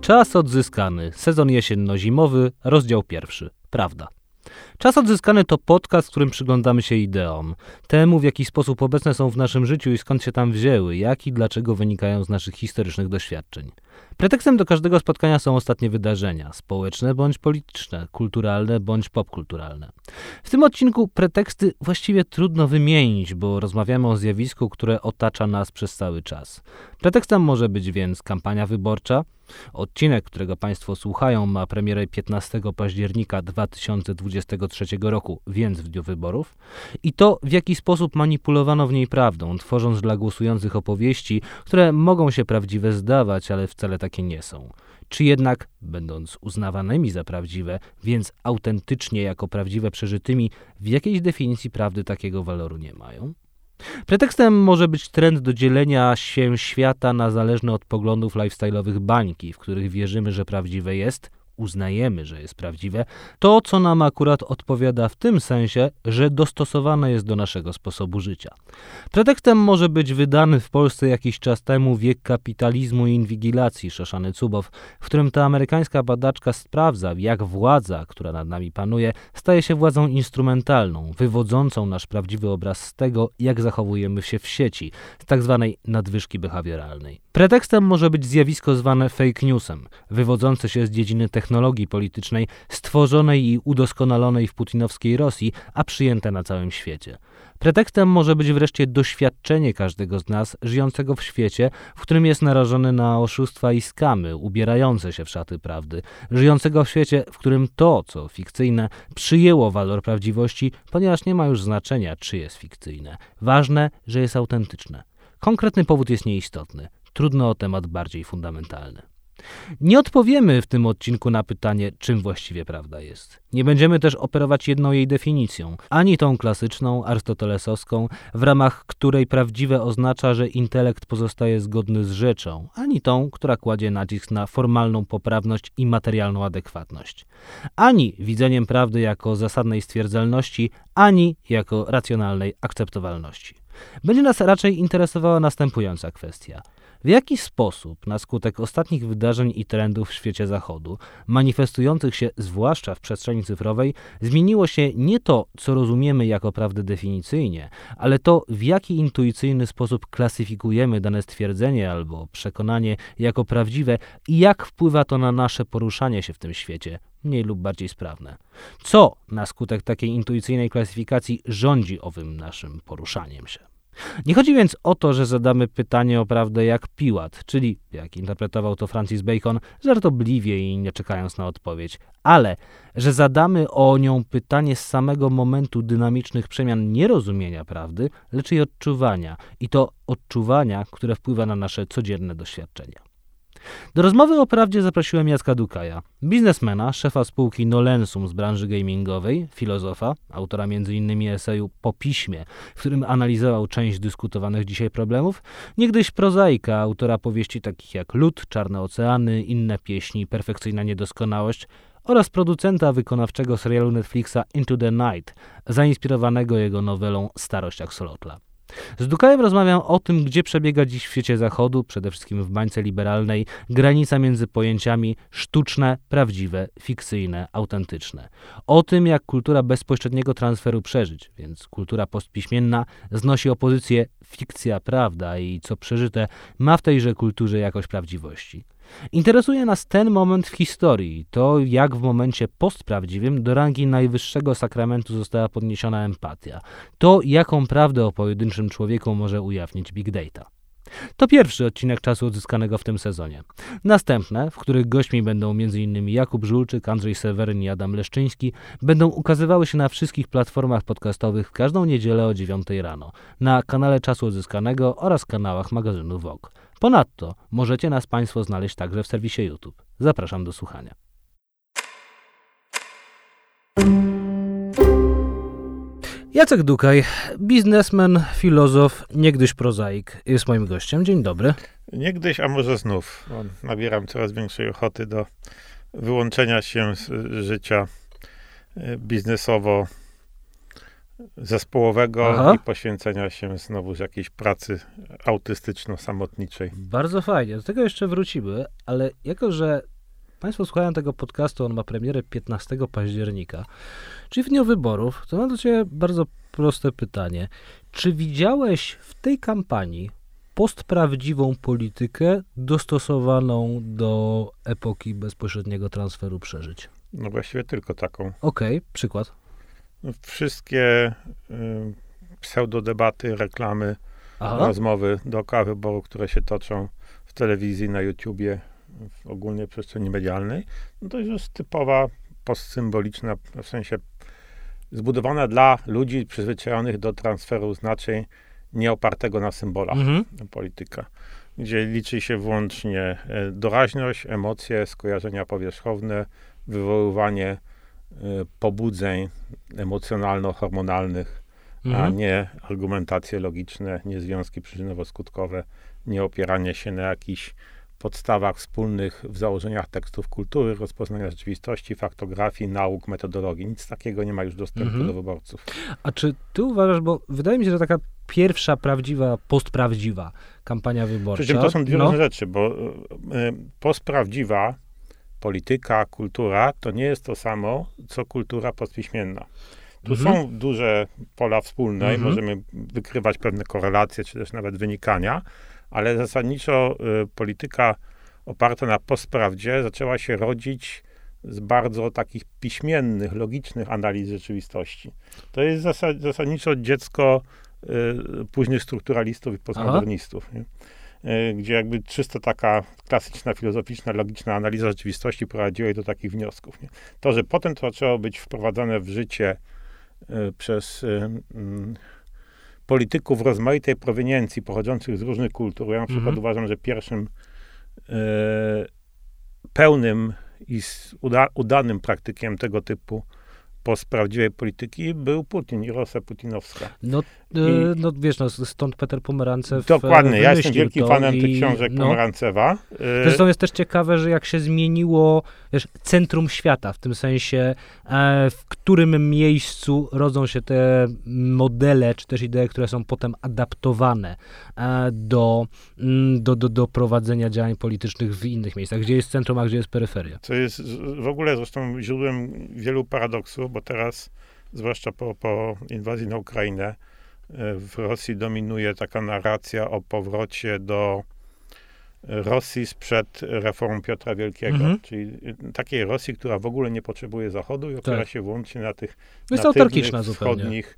Czas odzyskany. Sezon jesienno-zimowy, rozdział 1. Prawda. Czas odzyskany to podcast, w którym przyglądamy się ideom. Temu, w jaki sposób obecne są w naszym życiu i skąd się tam wzięły, jak i dlaczego wynikają z naszych historycznych doświadczeń. Pretekstem do każdego spotkania są ostatnie wydarzenia, społeczne bądź polityczne, kulturalne bądź popkulturalne. W tym odcinku preteksty właściwie trudno wymienić, bo rozmawiamy o zjawisku, które otacza nas przez cały czas. Pretekstem może być więc kampania wyborcza. Odcinek, którego Państwo słuchają, ma premierę 15 października 2023 roku, więc w dniu wyborów. I to, w jaki sposób manipulowano w niej prawdą, tworząc dla głosujących opowieści, które mogą się prawdziwe zdawać, ale wcale takie nie są. Czy jednak, będąc uznawanymi za prawdziwe, więc autentycznie jako prawdziwe przeżytymi, w jakiejś definicji prawdy takiego waloru nie mają? Pretekstem może być trend do dzielenia się świata na zależne od poglądów lifestyle'owych bańki, w których wierzymy, że prawdziwe jest, uznajemy, że jest prawdziwe, to, co nam akurat odpowiada w tym sensie, że dostosowane jest do naszego sposobu życia. Pretekstem może być wydany w Polsce jakiś czas temu Wiek kapitalizmu i inwigilacji Szoszany Zubow, w którym ta amerykańska badaczka sprawdza, jak władza, która nad nami panuje, staje się władzą instrumentalną, wywodzącą nasz prawdziwy obraz z tego, jak zachowujemy się w sieci, z tak zwanej nadwyżki behawioralnej. Pretekstem może być zjawisko zwane fake newsem, wywodzące się z dziedziny technologii politycznej, stworzonej i udoskonalonej w putinowskiej Rosji, a przyjęte na całym świecie. Pretekstem może być wreszcie doświadczenie każdego z nas żyjącego w świecie, w którym jest narażony na oszustwa i skamy, ubierające się w szaty prawdy, żyjącego w świecie, w którym to, co fikcyjne, przyjęło walor prawdziwości, ponieważ nie ma już znaczenia, czy jest fikcyjne. Ważne, że jest autentyczne. Konkretny powód jest nieistotny. Trudno o temat bardziej fundamentalny. Nie odpowiemy w tym odcinku na pytanie, czym właściwie prawda jest. Nie będziemy też operować jedną jej definicją, ani tą klasyczną, arystotelesowską, w ramach której prawdziwe oznacza, że intelekt pozostaje zgodny z rzeczą, ani tą, która kładzie nacisk na formalną poprawność i materialną adekwatność. Ani widzeniem prawdy jako zasadnej stwierdzalności, ani jako racjonalnej akceptowalności. Będzie nas raczej interesowała następująca kwestia. W jaki sposób, na skutek ostatnich wydarzeń i trendów w świecie zachodu, manifestujących się zwłaszcza w przestrzeni cyfrowej, zmieniło się nie to, co rozumiemy jako prawdę definicyjnie, ale to, w jaki intuicyjny sposób klasyfikujemy dane stwierdzenie albo przekonanie jako prawdziwe i jak wpływa to na nasze poruszanie się w tym świecie, mniej lub bardziej sprawne. Co na skutek takiej intuicyjnej klasyfikacji rządzi owym naszym poruszaniem się? Nie chodzi więc o to, że zadamy pytanie o prawdę jak Piłat, czyli, jak interpretował to Francis Bacon, żartobliwie i nie czekając na odpowiedź, ale że zadamy o nią pytanie z samego momentu dynamicznych przemian nie rozumienia prawdy, lecz jej odczuwania, i to odczuwania, które wpływa na nasze codzienne doświadczenia. Do rozmowy o prawdzie zaprosiłem Jacka Dukaja, biznesmena, szefa spółki Nolensum z branży gamingowej, filozofa, autora m.in. eseju Po piśmie, w którym analizował część dyskutowanych dzisiaj problemów, niegdyś prozaika, autora powieści takich jak Lód, Czarne oceany, Inne pieśni, Perfekcyjna niedoskonałość oraz producenta wykonawczego serialu Netflixa Into the Night, zainspirowanego jego nowelą Starość Axolotla. Z Dukajem rozmawiam o tym, gdzie przebiega dziś w świecie zachodu, przede wszystkim w bańce liberalnej, granica między pojęciami sztuczne, prawdziwe, fikcyjne, autentyczne. O tym, jak kultura bezpośredniego transferu przeżyć, więc kultura postpiśmienna, znosi opozycję fikcja-prawda i co przeżyte ma w tejże kulturze jakość prawdziwości. Interesuje nas ten moment w historii, to jak w momencie postprawdziwym do rangi najwyższego sakramentu została podniesiona empatia, to jaką prawdę o pojedynczym człowieku może ujawnić Big Data. To pierwszy odcinek Czasu odzyskanego w tym sezonie. Następne, w których gośćmi będą m.in. Jakub Żulczyk, Andrzej Seweryn i Adam Leszczyński, będą ukazywały się na wszystkich platformach podcastowych w każdą niedzielę o 9 rano, na kanale Czasu Odzyskanego oraz kanałach magazynu Vogue. Ponadto możecie nas Państwo znaleźć także w serwisie YouTube. Zapraszam do słuchania. Jacek Dukaj, biznesmen, filozof, niegdyś prozaik, jest moim gościem. Dzień dobry. Niegdyś, a może znów. Nabieram coraz większej ochoty do wyłączenia się z życia biznesowo zespołowego i poświęcenia się znowu jakiejś pracy autystyczno-samotniczej. Bardzo fajnie. Do tego jeszcze wrócimy, ale jako, że Państwo słuchają tego podcastu, on ma premierę 15 października, czyli w dniu wyborów, to mam do Ciebie bardzo proste pytanie. Czy widziałeś w tej kampanii postprawdziwą politykę dostosowaną do epoki bezpośredniego transferu przeżyć? No właściwie tylko taką. Okej, przykład. Wszystkie pseudodebaty, reklamy, rozmowy dookoła wyborów, które się toczą w telewizji, na YouTubie, w ogólnej przestrzeni medialnej, no to jest typowa postsymboliczna, w sensie zbudowana dla ludzi przyzwyczajonych do transferu znaczeń, nie opartego na symbolach polityka, gdzie liczy się wyłącznie doraźność, emocje, skojarzenia powierzchowne, wywoływanie pobudzeń emocjonalno-hormonalnych, a nie argumentacje logiczne, nie związki przyczynowo-skutkowe, nie opieranie się na jakichś podstawach wspólnych w założeniach tekstów kultury, rozpoznania rzeczywistości, faktografii, nauk, metodologii. Nic takiego nie ma już dostępu do wyborców. A czy ty uważasz, bo wydaje mi się, że taka pierwsza prawdziwa, postprawdziwa kampania wyborcza... Przy czym to są dwie różne rzeczy, bo postprawdziwa polityka, kultura, to nie jest to samo, co kultura postpiśmienna. Tu są duże pola wspólne i możemy wykrywać pewne korelacje, czy też nawet wynikania, ale zasadniczo polityka oparta na postprawdzie zaczęła się rodzić z bardzo takich piśmiennych, logicznych analiz rzeczywistości. To jest zasadniczo dziecko późnych strukturalistów i postmodernistów, nie? Gdzie jakby czysto taka klasyczna, filozoficzna, logiczna analiza rzeczywistości prowadziła jej do takich wniosków. Nie? To, że potem to zaczęło być wprowadzane w życie przez polityków rozmaitej proweniencji, pochodzących z różnych kultur. Ja na przykład uważam, że pierwszym pełnym i udanym praktykiem tego typu postprawdziwej polityki był Putin i Rosja putinowska. No wiesz, stąd Peter Pomerancew dokładnie, ja jestem wielkim fanem tych książek Pomerancewa. Zresztą jest też ciekawe, że jak się zmieniło, wiesz, centrum świata, w tym sensie, w którym miejscu rodzą się te modele, czy też idee, które są potem adaptowane do prowadzenia działań politycznych w innych miejscach, gdzie jest centrum, a gdzie jest peryferia. Co jest w ogóle zresztą źródłem wielu paradoksów, bo teraz, zwłaszcza po inwazji na Ukrainę, w Rosji dominuje taka narracja o powrocie do Rosji sprzed reform Piotra Wielkiego, czyli takiej Rosji, która w ogóle nie potrzebuje Zachodu i opiera się wyłącznie na tych natywnych, wschodnich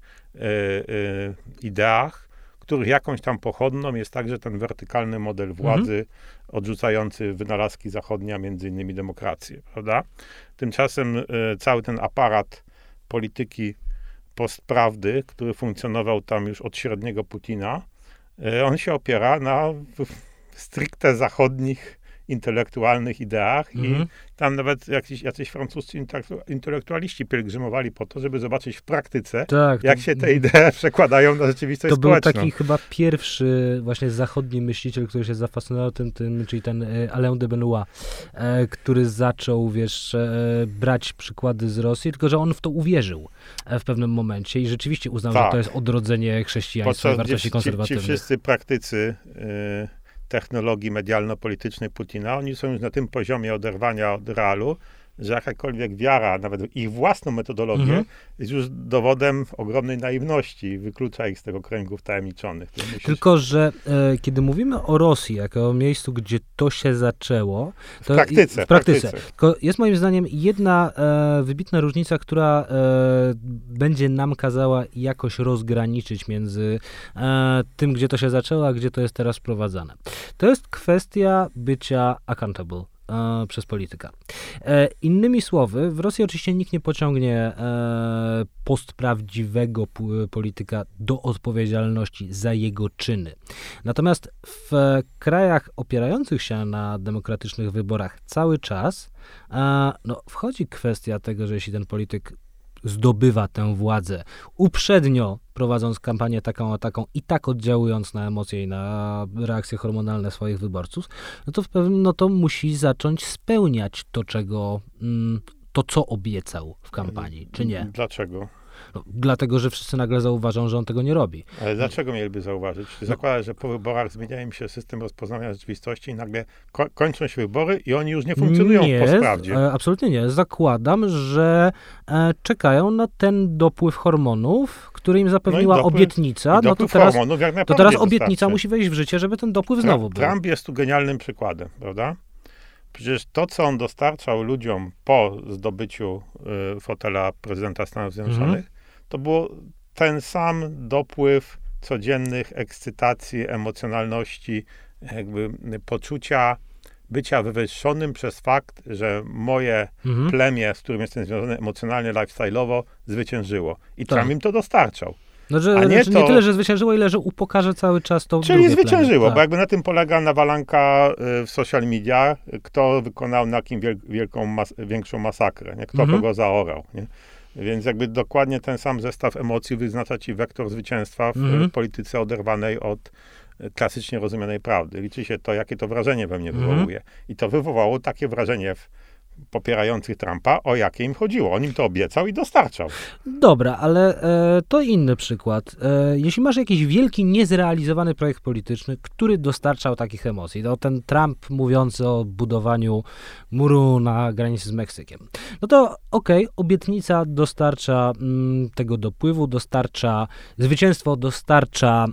ideach, których jakąś tam pochodną jest także ten wertykalny model władzy odrzucający wynalazki zachodnie, a między innymi demokrację, prawda? Tymczasem cały ten aparat polityki postprawdy, który funkcjonował tam już od średniego Putina, on się opiera na stricte zachodnich, intelektualnych ideach i tam nawet jacyś francuscy intelektualiści pielgrzymowali po to, żeby zobaczyć w praktyce, jak się te idee przekładają na rzeczywistość społeczną. To był taki chyba pierwszy właśnie zachodni myśliciel, który się zafascynował tym czyli ten Alain de Benoit, który zaczął, wiesz, brać przykłady z Rosji, tylko że on w to uwierzył w pewnym momencie i rzeczywiście uznał, że to jest odrodzenie chrześcijaństwa i wartości konserwatywnych. Ci wszyscy praktycy technologii medialno-politycznej Putina, oni są już na tym poziomie oderwania od realu, że jakakolwiek wiara, nawet w ich własną metodologię, jest już dowodem ogromnej naiwności i wyklucza ich z tego kręgu wtajemniczonych. Tylko, że kiedy mówimy o Rosji, jako o miejscu, gdzie to się zaczęło, to w praktyce. Tylko jest moim zdaniem jedna wybitna różnica, która będzie nam kazała jakoś rozgraniczyć między tym, gdzie to się zaczęło, a gdzie to jest teraz wprowadzane. To jest kwestia bycia accountable przez polityka. Innymi słowy, w Rosji oczywiście nikt nie pociągnie postprawdziwego polityka do odpowiedzialności za jego czyny. Natomiast w krajach opierających się na demokratycznych wyborach cały czas wchodzi kwestia tego, że jeśli ten polityk zdobywa tę władzę, uprzednio prowadząc kampanię taką a taką i tak oddziałując na emocje i na reakcje hormonalne swoich wyborców, to musi zacząć spełniać to, co obiecał w kampanii, czy nie? Dlaczego? No, dlatego, że wszyscy nagle zauważą, że on tego nie robi. Ale dlaczego mieliby zauważyć? Zakłada, że po wyborach zmienia im się system rozpoznawania rzeczywistości i nagle kończą się wybory i oni już nie funkcjonują po sprawdzie. Absolutnie nie. Zakładam, że czekają na ten dopływ hormonów, który im zapewniła obietnica. No to teraz obietnica musi wejść w życie, żeby ten dopływ znowu był. Trump jest tu genialnym przykładem, prawda? Przecież to, co on dostarczał ludziom po zdobyciu fotela prezydenta Stanów Zjednoczonych, to było ten sam dopływ codziennych ekscytacji, emocjonalności, jakby poczucia bycia wywyższonym przez fakt, że moje plemię, z którym jestem związany emocjonalnie, lifestyle'owo, zwyciężyło. I Trump im to dostarczał. Nie tyle, że zwyciężyło, ile że upokarza cały czas to Czyli zwyciężyło, tak. Bo jakby na tym polega nawalanka w social media, kto wykonał na kim większą masakrę, nie? Kto kogo zaorał. Nie? Więc jakby dokładnie ten sam zestaw emocji wyznacza ci wektor zwycięstwa w polityce oderwanej od klasycznie rozumianej prawdy. Liczy się to, jakie to wrażenie we mnie wywołuje. I to wywołało takie wrażenie w popierających Trumpa, o jakie im chodziło. On im to obiecał i dostarczał. Dobra, ale to inny przykład. Jeśli masz jakiś wielki, niezrealizowany projekt polityczny, który dostarczał takich emocji, to ten Trump mówiący o budowaniu muru na granicy z Meksykiem, no to okej, obietnica dostarcza tego dopływu, dostarcza zwycięstwo, dostarcza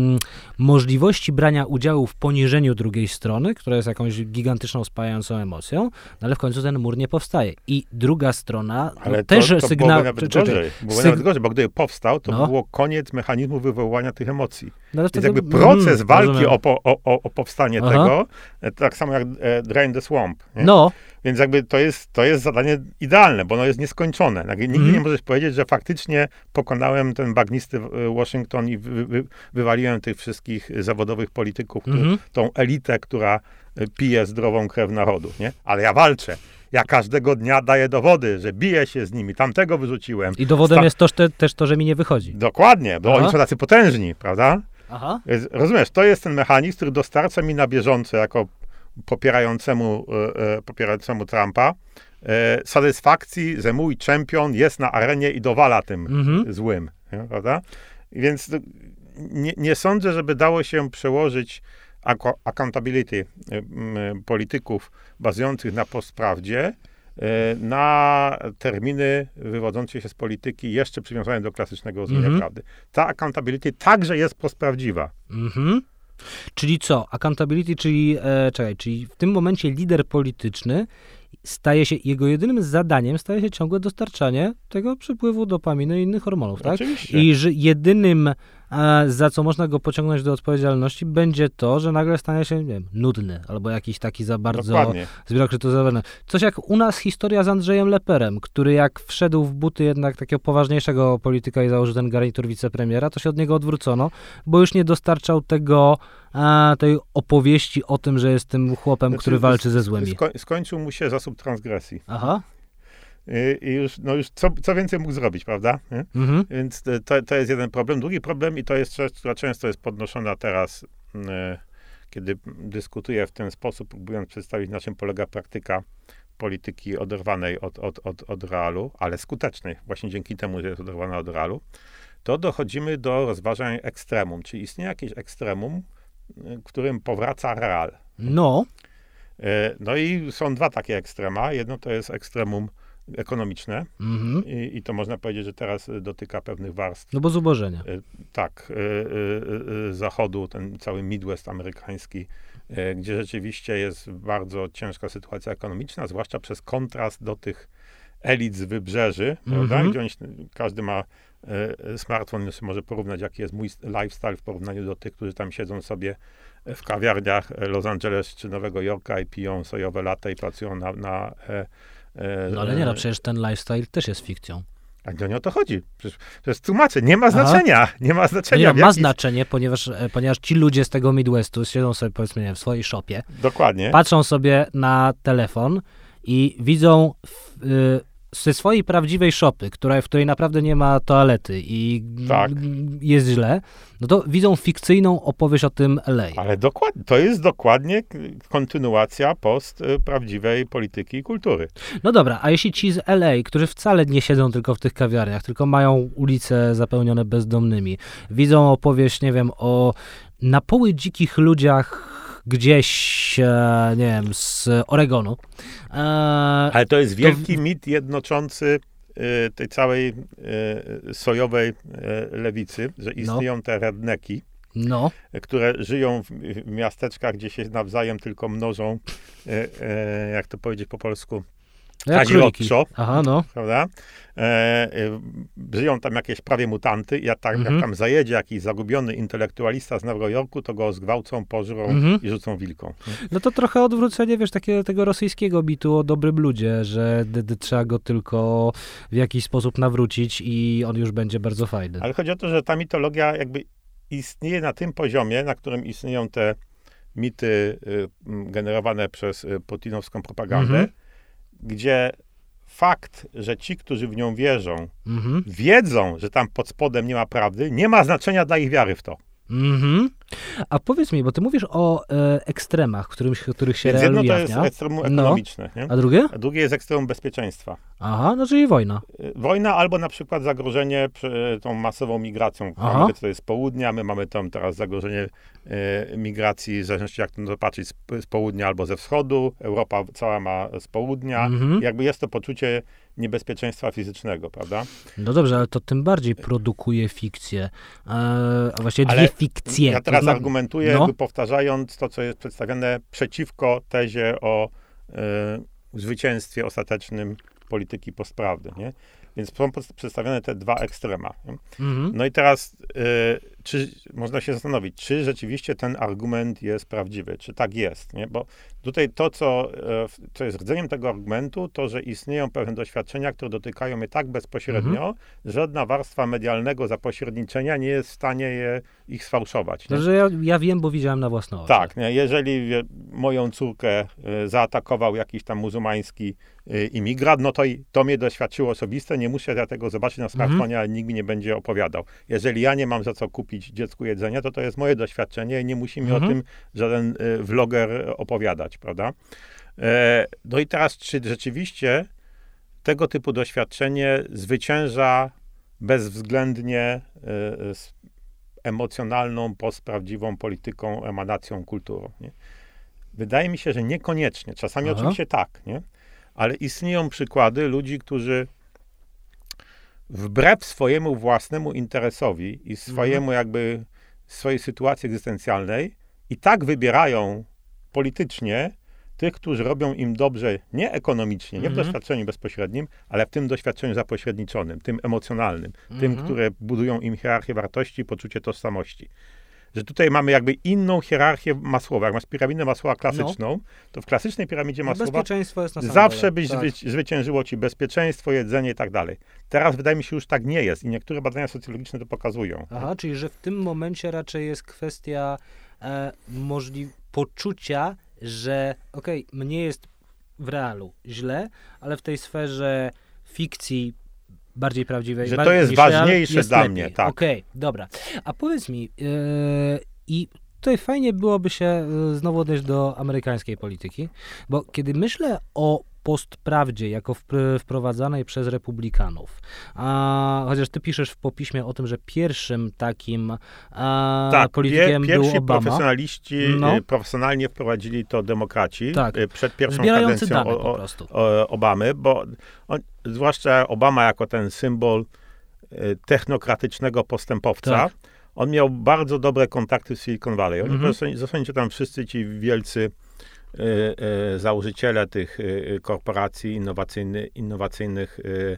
możliwości brania udziału w poniżeniu drugiej strony, która jest jakąś gigantyczną, spajającą emocją, no ale w końcu ten mur nie powstaje. I druga strona ale też to sygnał... Byłoby nawet gorzej, bo gdyby powstał, to było koniec mechanizmu wywoływania tych emocji. No, więc jakby proces walki o powstanie tego, tak samo jak Drain the Swamp. Nie? No. Więc jakby to jest zadanie idealne, bo ono jest nieskończone. Nigdy nie możesz powiedzieć, że faktycznie pokonałem ten bagnisty Washington i wywaliłem tych wszystkich zawodowych polityków, tą elitę, która pije zdrową krew narodu. Nie? Ale ja walczę. Ja każdego dnia daję dowody, że biję się z nimi, tamtego wyrzuciłem. I dowodem jest też to, że mi nie wychodzi. Dokładnie, bo oni są tacy potężni, prawda? Aha. Więc, rozumiesz, to jest ten mechanizm, który dostarcza mi na bieżąco, jako popierającemu Trumpa, satysfakcji, że mój czempion jest na arenie i dowala tym złym, nie? Prawda? Więc nie sądzę, żeby dało się przełożyć accountability polityków bazujących na postprawdzie na terminy wywodzące się z polityki jeszcze przywiązane do klasycznego rozumienia prawdy. Ta accountability także jest postprawdziwa. Czyli co? Accountability, czyli w tym momencie lider polityczny jego jedynym zadaniem staje się ciągłe dostarczanie tego przypływu dopaminy i innych hormonów, tak? Oczywiście. I że jedynym, za co można go pociągnąć do odpowiedzialności, będzie to, że nagle stanie się, nie wiem, nudny, albo jakiś taki za bardzo zbiurokratyzowany. Coś jak u nas historia z Andrzejem Leperem, który jak wszedł w buty jednak takiego poważniejszego polityka i założył ten garnitur wicepremiera, to się od niego odwrócono, bo już nie dostarczał tej opowieści o tym, że jest tym chłopem, który walczy ze złymi. Skończył mu się zasób transgresji. Aha. I już co więcej mógł zrobić, prawda? Więc to jest jeden problem. Drugi problem, i to jest rzecz, która często jest podnoszona teraz, kiedy dyskutuję w ten sposób, próbując przedstawić, na czym polega praktyka polityki oderwanej od realu, ale skutecznej, właśnie dzięki temu, że jest oderwana od realu, to dochodzimy do rozważań ekstremum, czyli istnieje jakieś ekstremum, którym powraca real. No i są dwa takie ekstrema. Jedno to jest ekstremum ekonomiczne i to można powiedzieć, że teraz dotyka pewnych warstw. No bo zubożenia. Tak, zachodu, ten cały Midwest amerykański, gdzie rzeczywiście jest bardzo ciężka sytuacja ekonomiczna, zwłaszcza przez kontrast do tych elit z wybrzeży, prawda? Gdzie każdy ma smartfon, może porównać, jaki jest mój lifestyle w porównaniu do tych, którzy tam siedzą sobie w kawiarniach Los Angeles czy Nowego Jorka i piją sojowe latte i pracują na no ale nie, przecież ten lifestyle też jest fikcją. A nie o to chodzi. Przecież tłumaczę, nie ma znaczenia. Nie ma znaczenia. Nie, ma znaczenie, ponieważ ci ludzie z tego Midwestu siedzą sobie, powiedzmy, nie wiem, w swojej shopie. Dokładnie. Patrzą sobie na telefon i widzą ze swojej prawdziwej szopy, w której naprawdę nie ma toalety i jest źle, no to widzą fikcyjną opowieść o tym LA. Ale to jest dokładnie kontynuacja prawdziwej polityki i kultury. No dobra, a jeśli ci z LA, którzy wcale nie siedzą tylko w tych kawiarniach, tylko mają ulice zapełnione bezdomnymi, widzą opowieść, nie wiem, o na poły dzikich ludziach gdzieś, nie wiem, z Oregonu. Ale to jest wielki mit jednoczący tej całej sojowej lewicy, że istnieją te redneki, które żyją w miasteczkach, gdzie się nawzajem tylko mnożą, jak to powiedzieć po polsku, kazirodczo, prawda? Żyją tam jakieś prawie mutanty i jak tam zajedzie jakiś zagubiony intelektualista z Nowego Jorku, to go zgwałcą, pożrą i rzucą wilką. No to trochę odwrócenie, wiesz, tego rosyjskiego mitu o dobrym ludzie, że trzeba go tylko w jakiś sposób nawrócić i on już będzie bardzo fajny. Ale chodzi o to, że ta mitologia jakby istnieje na tym poziomie, na którym istnieją te mity generowane przez putinowską propagandę, gdzie fakt, że ci, którzy w nią wierzą, wiedzą, że tam pod spodem nie ma prawdy, nie ma znaczenia dla ich wiary w to. A powiedz mi, bo ty mówisz o ekstremach, których się jedno ujawnia. to jest ekstremum ekonomiczne. Nie? A drugie? A drugie jest ekstremum bezpieczeństwa. Aha, no czyli wojna. Wojna albo na przykład zagrożenie tą masową migracją. To jest z południa, my mamy tam teraz zagrożenie migracji, w zależności jak to patrzeć, z południa albo ze wschodu. Europa cała ma z południa. Jakby jest to poczucie niebezpieczeństwa fizycznego, prawda? No dobrze, ale to tym bardziej produkuje fikcję. A właściwie dwie fikcje. Ja teraz argumentuję, jakby powtarzając to, co jest przedstawione przeciwko tezie o zwycięstwie ostatecznym polityki postprawdy, nie? Więc są przedstawione te dwa ekstrema. No i teraz można się zastanowić, czy rzeczywiście ten argument jest prawdziwy, czy tak jest, nie? Bo tutaj to, co jest rdzeniem tego argumentu, to, że istnieją pewne doświadczenia, które dotykają je tak bezpośrednio, że żadna warstwa medialnego zapośredniczenia nie jest w stanie ich sfałszować. To, że ja wiem, bo widziałem na własne oczy. Tak, nie? Jeżeli moją córkę zaatakował jakiś tam muzułmański imigrant, no to mnie doświadczyło osobiste, nie muszę ja tego zobaczyć na smartfonie, ale nikt mi nie będzie opowiadał. Jeżeli ja nie mam za co kupić dziecku jedzenia, to jest moje doświadczenie i nie musi mi o tym żaden vloger opowiadać, prawda? No i teraz, czy rzeczywiście tego typu doświadczenie zwycięża bezwzględnie emocjonalną, postprawdziwą polityką, emanacją, kulturą, nie? Wydaje mi się, że niekoniecznie. Czasami oczywiście tak, nie? Ale istnieją przykłady ludzi, którzy wbrew swojemu własnemu interesowi i swojemu swojej sytuacji egzystencjalnej i tak wybierają politycznie tych, którzy robią im dobrze nie ekonomicznie, nie w doświadczeniu bezpośrednim, ale w tym doświadczeniu zapośredniczonym, tym emocjonalnym, tym, które budują im hierarchię wartości i poczucie tożsamości. Że tutaj mamy jakby inną hierarchię Masłowa. Jak masz piramidę Masłowa klasyczną, to w klasycznej piramidzie Masłowa zawsze zwyciężyło ci bezpieczeństwo, jedzenie i tak dalej. Teraz wydaje mi się, już tak nie jest i niektóre badania socjologiczne to pokazują. Aha, czyli że w tym momencie raczej jest kwestia poczucia, że mnie jest w realu źle, ale w tej sferze fikcji bardziej prawdziwej. Że to jest ważniejsze dla mnie, tak. Okej, dobra. A powiedz mi, i tutaj fajnie byłoby się znowu odnieść do amerykańskiej polityki, bo kiedy myślę o postprawdzie jako wprowadzanej przez republikanów, chociaż ty piszesz w popiśmie o tym, że pierwszym takim politykiem był Obama. Profesjonaliści profesjonalnie wprowadzili to demokraci przed pierwszą zbierający kadencją dane po prostu. Obamy, bo zwłaszcza Obama jako ten symbol technokratycznego postępowca, on miał bardzo dobre kontakty z Silicon Valley. Oni zasadniczo tam wszyscy ci wielcy założyciele tych korporacji innowacyjnych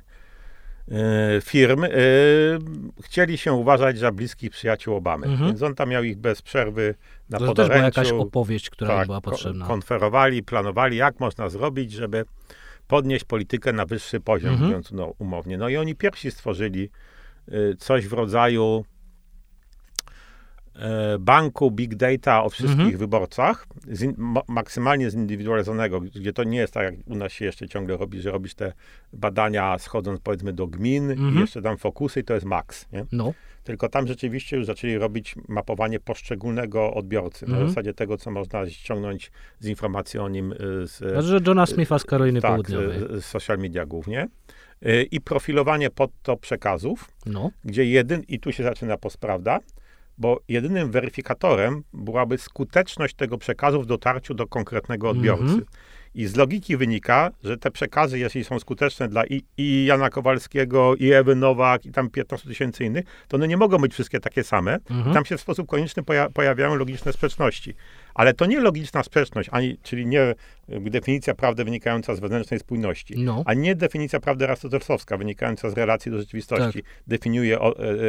firm chcieli się uważać za bliskich przyjaciół Obamy. Więc on tam miał ich bez przerwy na podoręczu. To też była jakaś opowieść, która była potrzebna. Konferowali, planowali, jak można zrobić, żeby podnieść politykę na wyższy poziom, mówiąc umownie. No i oni pierwsi stworzyli coś w rodzaju banku big data o wszystkich wyborcach, maksymalnie zindywidualizowanego, gdzie to nie jest tak, jak u nas się jeszcze ciągle robi, że robisz te badania schodząc powiedzmy do gmin i jeszcze tam fokusy i to jest maks, nie? No. Tylko tam rzeczywiście już zaczęli robić mapowanie poszczególnego odbiorcy, na zasadzie tego, co można ściągnąć z informacji o nim Że Johna Smitha z Karoliny Południowej. z social media głównie. I profilowanie pod to przekazów, No. gdzie i tu się zaczyna postprawda, bo jedynym weryfikatorem byłaby skuteczność tego przekazu w dotarciu do konkretnego odbiorcy. I z logiki wynika, że te przekazy, jeśli są skuteczne dla i Jana Kowalskiego, i Ewy Nowak, i tam 15 tysięcy innych, to one nie mogą być wszystkie takie same. Tam się w sposób konieczny pojawiają logiczne sprzeczności. Ale to nie logiczna sprzeczność, czyli nie definicja prawdy wynikająca z wewnętrznej spójności, a nie definicja prawdy arystotelsowska wynikająca z relacji do rzeczywistości. Definiuje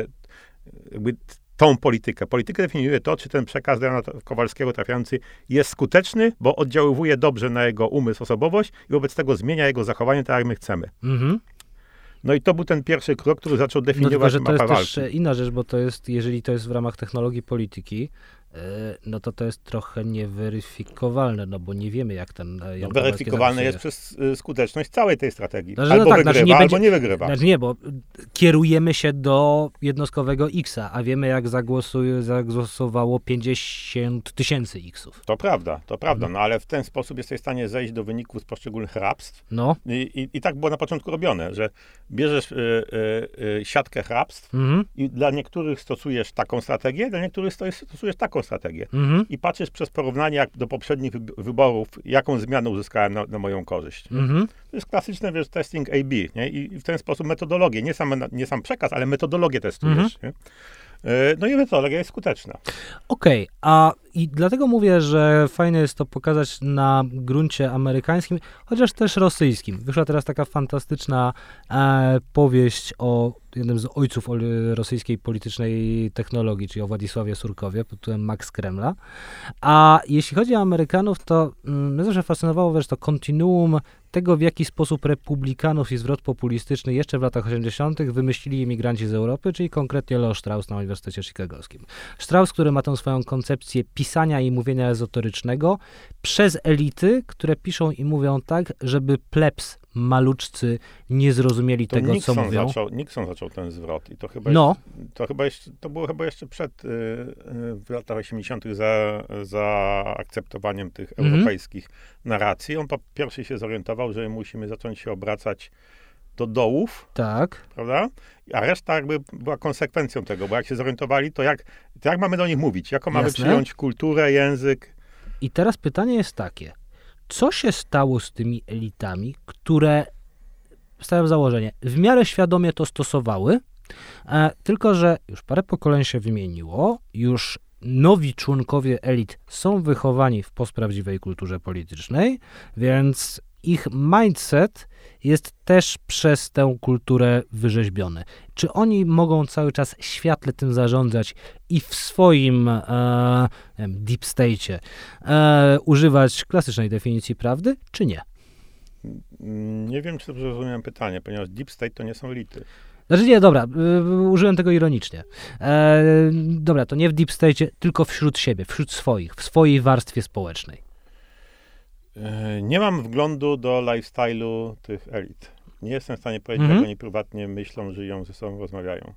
tą politykę. Politykę definiuje to, czy ten przekaz do Jana Kowalskiego trafiający jest skuteczny, bo oddziaływuje dobrze na jego umysł, osobowość i wobec tego zmienia jego zachowanie tak, jak my chcemy. No i to był ten pierwszy krok, który zaczął definiować mapę walki. To jest też inna rzecz, bo to jest, jeżeli to jest w ramach technologii polityki, no to jest trochę nieweryfikowalne, no bo nie wiemy, jak ten Jan weryfikowalne jest przez skuteczność całej tej strategii. Znaczy, albo wygrywa, albo nie wygrywa. Znaczy nie, bo kierujemy się do jednostkowego X-a, a wiemy, jak zagłosowało 50 tysięcy X-ów. To prawda. No ale w ten sposób jesteś w stanie zejść do wyników z poszczególnych hrabstw. No. I tak było na początku robione, że bierzesz siatkę hrabstw i dla niektórych stosujesz taką strategię, dla niektórych stosujesz taką strategię. I patrzysz przez porównanie jak do poprzednich wyborów, jaką zmianę uzyskałem na moją korzyść. To jest klasyczne, testing A/B, nie? I w ten sposób metodologię, nie sam przekaz, ale metodologię testujesz. Nie? No i metodologia jest skuteczna. Okej, i dlatego mówię, że fajne jest to pokazać na gruncie amerykańskim, chociaż też rosyjskim. Wyszła teraz taka fantastyczna powieść o jednym z ojców rosyjskiej politycznej technologii, czyli o Władysławie Surkowie, pod tytułem Max Kremla. A jeśli chodzi o Amerykanów, to mnie zawsze fascynowało, to kontinuum tego, w jaki sposób republikanów i zwrot populistyczny jeszcze w latach 80. wymyślili imigranci z Europy, czyli konkretnie Leo Strauss na Uniwersytecie Chicagowskim. Strauss, który ma tę swoją koncepcję pisania i mówienia ezoterycznego przez elity, które piszą i mówią tak, żeby plebs, maluczcy nie zrozumieli tego, Nixon co mówią. Nixon zaczął ten zwrot i to było chyba jeszcze przed w latach 80. za akceptowaniem tych europejskich narracji. On po pierwsze się zorientował, że musimy zacząć się obracać do dołów, tak, prawda? A reszta jakby była konsekwencją tego, bo jak się zorientowali, to jak mamy do nich mówić? Jaką mamy przyjąć kulturę, język? I teraz pytanie jest takie. Co się stało z tymi elitami, które, stawiam założenie, w miarę świadomie to stosowały, tylko że już parę pokoleń się wymieniło, już nowi członkowie elit są wychowani w postprawdziwej kulturze politycznej, więc ich mindset jest też przez tę kulturę wyrzeźbiony. Czy oni mogą cały czas światle tym zarządzać i w swoim deep state'cie używać klasycznej definicji prawdy, czy nie? Nie wiem, czy dobrze rozumiałem pytanie, ponieważ deep state to nie są elity. Znaczy nie, dobra, użyłem tego ironicznie. Dobra, to nie w deep state'cie, tylko wśród siebie, wśród swoich, w swojej warstwie społecznej. Nie mam wglądu do lifestyle'u tych elit. Nie jestem w stanie powiedzieć, jak oni prywatnie myślą, żyją, ze sobą rozmawiają.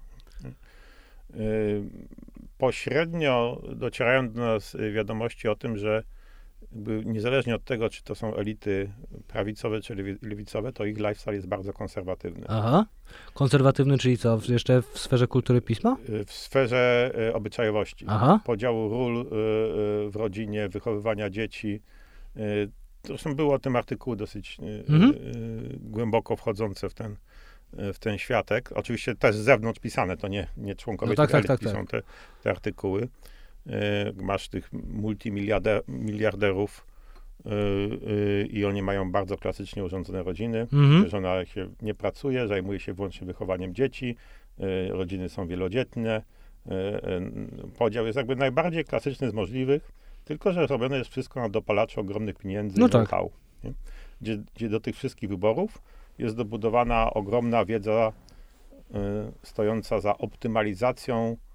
Pośrednio docierają do nas wiadomości o tym, że niezależnie od tego, czy to są elity prawicowe, czy lewicowe, to ich lifestyle jest bardzo konserwatywny. Aha. Konserwatywny, czyli co? Jeszcze w sferze kultury pisma? W sferze obyczajowości. Aha. Podziału ról w rodzinie, wychowywania dzieci. Zresztą było o tym artykuły dosyć głęboko wchodzące w ten światek. Oczywiście też z zewnątrz pisane, to nie członkowie tych elit piszą te artykuły. Masz tych multimiliarderów i oni mają bardzo klasycznie urządzone rodziny. Żona się nie pracuje, zajmuje się wyłącznie wychowaniem dzieci. Rodziny są wielodzietne. Podział jest jakby najbardziej klasyczny z możliwych, tylko że robione jest wszystko na dopalaczu ogromnych pieniędzy i know-how. Gdzie do tych wszystkich wyborów jest dobudowana ogromna wiedza stojąca za optymalizacją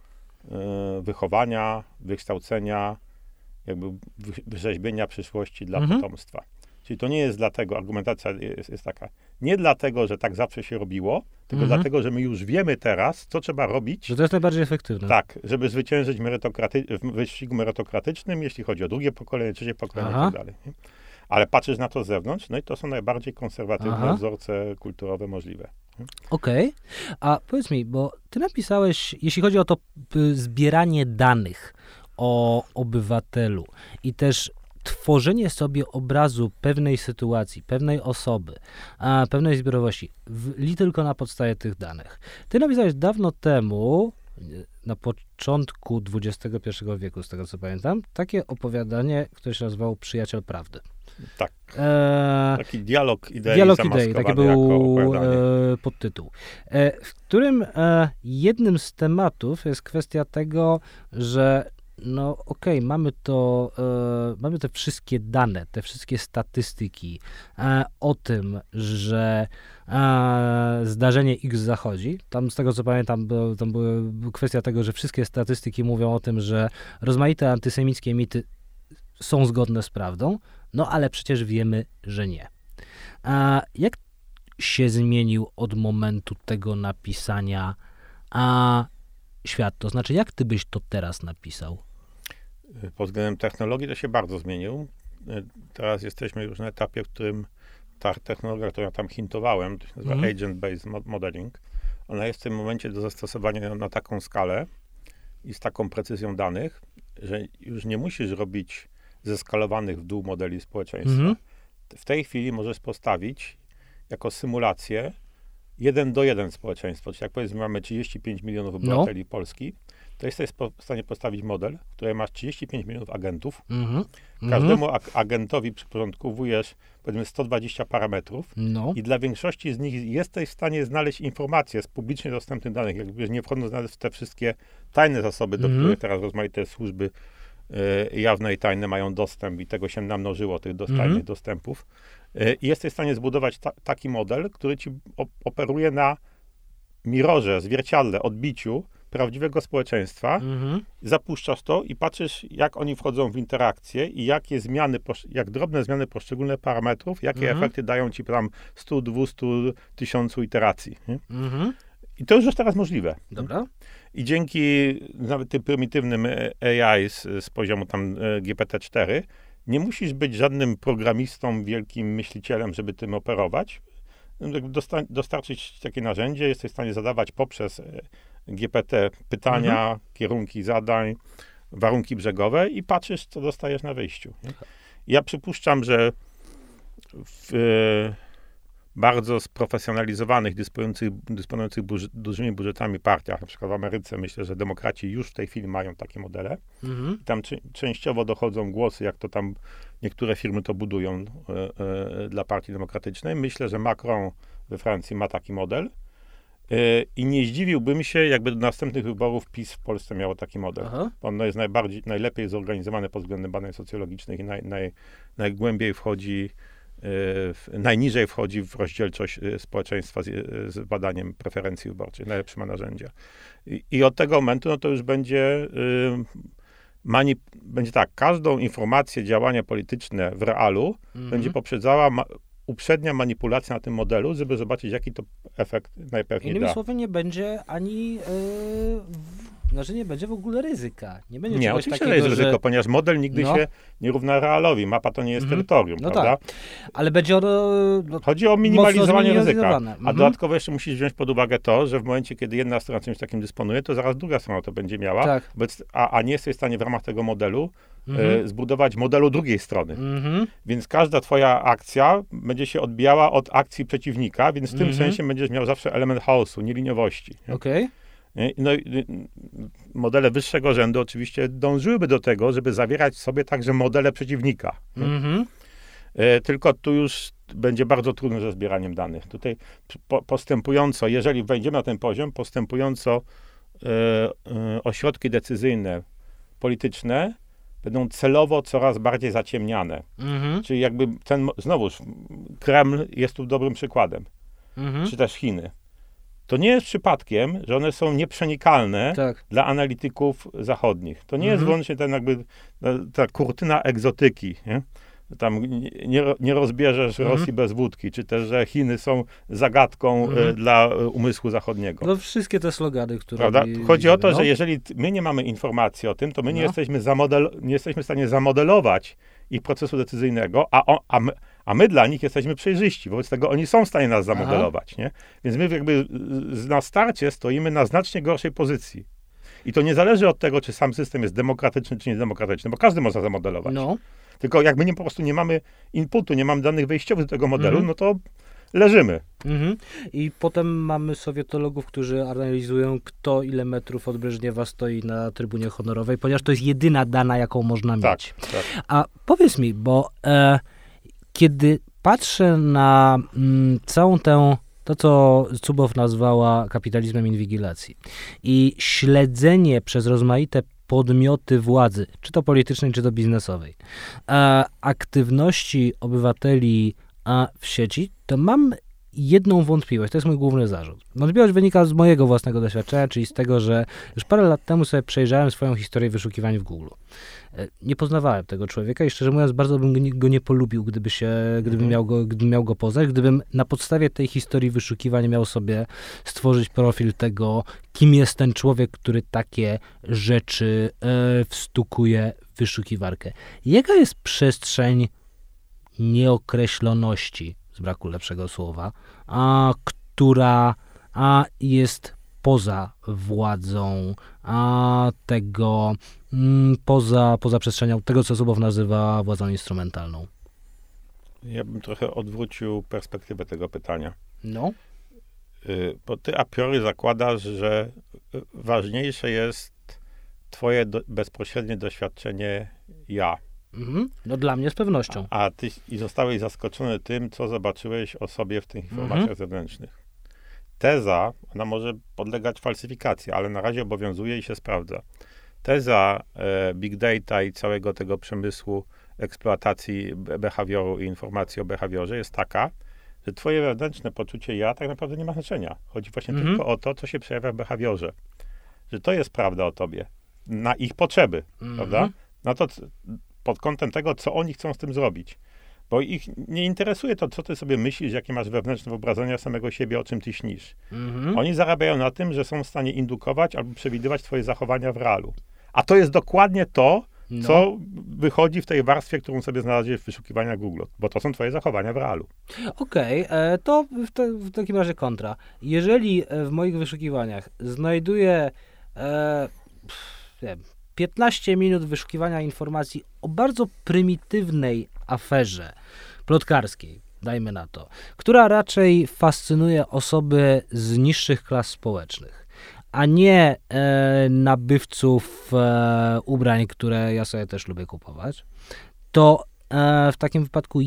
wychowania, wykształcenia, jakby wyrzeźbienia przyszłości dla potomstwa. Czyli to nie jest dlatego, argumentacja jest taka, nie dlatego, że tak zawsze się robiło, tylko dlatego, że my już wiemy teraz, co trzeba robić. Że to jest najbardziej efektywne. Tak, żeby zwyciężyć w wyścigu merytokratycznym, jeśli chodzi o drugie pokolenie, trzecie pokolenie i tak dalej. Nie? Ale patrzysz na to z zewnątrz, no i to są najbardziej konserwatywne wzorce kulturowe możliwe. Okej. A powiedz mi, bo ty napisałeś, jeśli chodzi o to zbieranie danych o obywatelu i też tworzenie sobie obrazu pewnej sytuacji, pewnej osoby, pewnej zbiorowości, tylko na podstawie tych danych. Ty napisałeś dawno temu, na początku XXI wieku, z tego co pamiętam, takie opowiadanie, które się nazywało Przyjaciel Prawdy. Tak. Taki dialog idei. Dialog idei, taki był podtytuł. W którym jednym z tematów jest kwestia tego, że no okej, mamy te wszystkie dane, te wszystkie statystyki o tym, że zdarzenie X zachodzi. Tam z tego co pamiętam, tam była kwestia tego, że wszystkie statystyki mówią o tym, że rozmaite antysemickie mity są zgodne z prawdą, no ale przecież wiemy, że nie. Jak się zmienił od momentu tego napisania świat? To znaczy, jak ty byś to teraz napisał? Pod względem technologii to się bardzo zmienił. Teraz jesteśmy już na etapie, w którym ta technologia, którą ja tam hintowałem, to się nazywa Agent-Based Modeling, ona jest w tym momencie do zastosowania na taką skalę i z taką precyzją danych, że już nie musisz robić zeskalowanych w dół modeli społeczeństwa. W tej chwili możesz postawić jako symulację 1:1 społeczeństwo. Czyli jak powiedzmy mamy 35 milionów obywateli Polski, to jesteś w stanie postawić model, w którym masz 35 milionów agentów. Każdemu agentowi przyporządkowujesz powiedzmy 120 parametrów i dla większości z nich jesteś w stanie znaleźć informacje z publicznie dostępnych danych, jakby nie wchodząc nawet w te wszystkie tajne zasoby, do których teraz rozmaite służby jawne i tajne mają dostęp i tego się namnożyło, tych tajnych dostępów. I jesteś w stanie zbudować taki model, który ci operuje na mirrorze, zwierciadle, odbiciu prawdziwego społeczeństwa. Zapuszczasz to i patrzysz, jak oni wchodzą w interakcję i jak drobne zmiany poszczególnych parametrów, jakie efekty dają ci tam 100, 200, 1000 iteracji. I to już jest teraz możliwe. Dobra. I dzięki nawet tym prymitywnym AI z poziomu tam GPT-4 nie musisz być żadnym programistą, wielkim myślicielem, żeby tym operować. Dostarczyć takie narzędzie, jesteś w stanie zadawać poprzez GPT pytania, kierunki zadań, warunki brzegowe i patrzysz, co dostajesz na wyjściu. Nie? Ja przypuszczam, że w bardzo sprofesjonalizowanych, dysponujących dużymi budżetami partiach, na przykład w Ameryce, myślę, że demokraci już w tej chwili mają takie modele. I tam częściowo dochodzą głosy, jak to tam niektóre firmy to budują dla partii demokratycznej. Myślę, że Macron we Francji ma taki model. I nie zdziwiłbym się, jakby do następnych wyborów PiS w Polsce miało taki model. On jest najlepiej zorganizowany pod względem badań socjologicznych i najgłębiej wchodzi, najniżej wchodzi w rozdzielczość społeczeństwa z badaniem preferencji wyborczych. Najlepsze ma narzędzia. I od tego momentu, no to już będzie tak, każdą informację, działania polityczne w realu będzie poprzedzała uprzednia manipulacja na tym modelu, żeby zobaczyć, jaki to efekt najpewniej da. Innymi słowy, nie będzie ani nie będzie w ogóle ryzyka. Nie będzie nie, czegoś oczywiście takiego, jest ryzyko, ponieważ model nigdy się nie równa realowi. Mapa to nie jest terytorium, prawda? Tak. Ale będzie chodzi o minimalizowanie ryzyka. A dodatkowo jeszcze musisz wziąć pod uwagę to, że w momencie, kiedy jedna strona czymś takim dysponuje, to zaraz druga strona to będzie miała, tak. a nie jesteś w stanie w ramach tego modelu zbudować modelu drugiej strony. Więc każda twoja akcja będzie się odbijała od akcji przeciwnika, więc w tym sensie będziesz miał zawsze element chaosu, nieliniowości. Okej. No i modele wyższego rzędu oczywiście dążyłyby do tego, żeby zawierać sobie także modele przeciwnika. Tylko tu już będzie bardzo trudno ze zbieraniem danych. Tutaj postępująco, jeżeli wejdziemy na ten poziom, postępująco ośrodki decyzyjne, polityczne będą celowo coraz bardziej zaciemniane. Czyli jakby znowuż Kreml jest tu dobrym przykładem. Czy też Chiny. to nie jest przypadkiem, że one są nieprzenikalne Tak. dla analityków zachodnich. To nie jest wyłącznie ten jakby ta kurtyna egzotyki, nie? Tam nie rozbierzesz Rosji bez wódki, czy też, że Chiny są zagadką dla umysłu zachodniego. No wszystkie te slogany, które... Prawda? Chodzi o to, że jeżeli my nie mamy informacji o tym, to my nie jesteśmy w stanie zamodelować ich procesu decyzyjnego, a my dla nich jesteśmy przejrzyści. Wobec tego oni są w stanie nas zamodelować. Nie? Więc my jakby na starcie stoimy na znacznie gorszej pozycji. I to nie zależy od tego, czy sam system jest demokratyczny, czy niedemokratyczny, bo każdy może zamodelować. No. Tylko jak my po prostu nie mamy inputu, nie mamy danych wejściowych do tego modelu, no to leżymy. I potem mamy sowietologów, którzy analizują, kto ile metrów od Breżniewa stoi na trybunie honorowej, ponieważ to jest jedyna dana, jaką można mieć. Tak. A powiedz mi, bo kiedy patrzę na całą to, co Zubow nazwała kapitalizmem inwigilacji i śledzenie przez rozmaite podmioty władzy, czy to politycznej, czy to biznesowej, aktywności obywateli w sieci, to mam jedną wątpliwość, to jest mój główny zarzut. Wątpliwość wynika z mojego własnego doświadczenia, czyli z tego, że już parę lat temu sobie przejrzałem swoją historię wyszukiwań w Google. Nie poznawałem tego człowieka i szczerze mówiąc bardzo bym go nie polubił, gdybym miał go poznać, gdybym na podstawie tej historii wyszukiwań miał sobie stworzyć profil tego, kim jest ten człowiek, który takie rzeczy wstukuje w wyszukiwarkę. Jaka jest przestrzeń nieokreśloności, z braku lepszego słowa, która jest poza władzą tego, poza przestrzenią tego, co Zubow nazywa władzą instrumentalną? Ja bym trochę odwrócił perspektywę tego pytania. No. Bo ty a priori zakładasz, że ważniejsze jest twoje bezpośrednie doświadczenie ja. No dla mnie z pewnością. A ty zostałeś zaskoczony tym, co zobaczyłeś o sobie w tych informacjach zewnętrznych. Teza, ona może podlegać falsyfikacji, ale na razie obowiązuje i się sprawdza. Teza big data i całego tego przemysłu eksploatacji behawioru i informacji o behawiorze jest taka, że twoje wewnętrzne poczucie ja tak naprawdę nie ma znaczenia. Chodzi właśnie tylko o to, co się przejawia w behawiorze. Że to jest prawda o tobie. Na ich potrzeby, prawda? Na to, pod kątem tego, co oni chcą z tym zrobić. Bo ich nie interesuje to, co ty sobie myślisz, jakie masz wewnętrzne wyobrażenia samego siebie, o czym ty śnisz. Oni zarabiają na tym, że są w stanie indukować albo przewidywać twoje zachowania w realu. A to jest dokładnie to, co wychodzi w tej warstwie, którą sobie znalazłeś w wyszukiwaniach Google, bo to są twoje zachowania w realu. Okej, to w takim razie kontra. Jeżeli w moich wyszukiwaniach znajduję 15 minut wyszukiwania informacji o bardzo prymitywnej aferze plotkarskiej, dajmy na to, która raczej fascynuje osoby z niższych klas społecznych, a nie nabywców ubrań, które ja sobie też lubię kupować, to w takim wypadku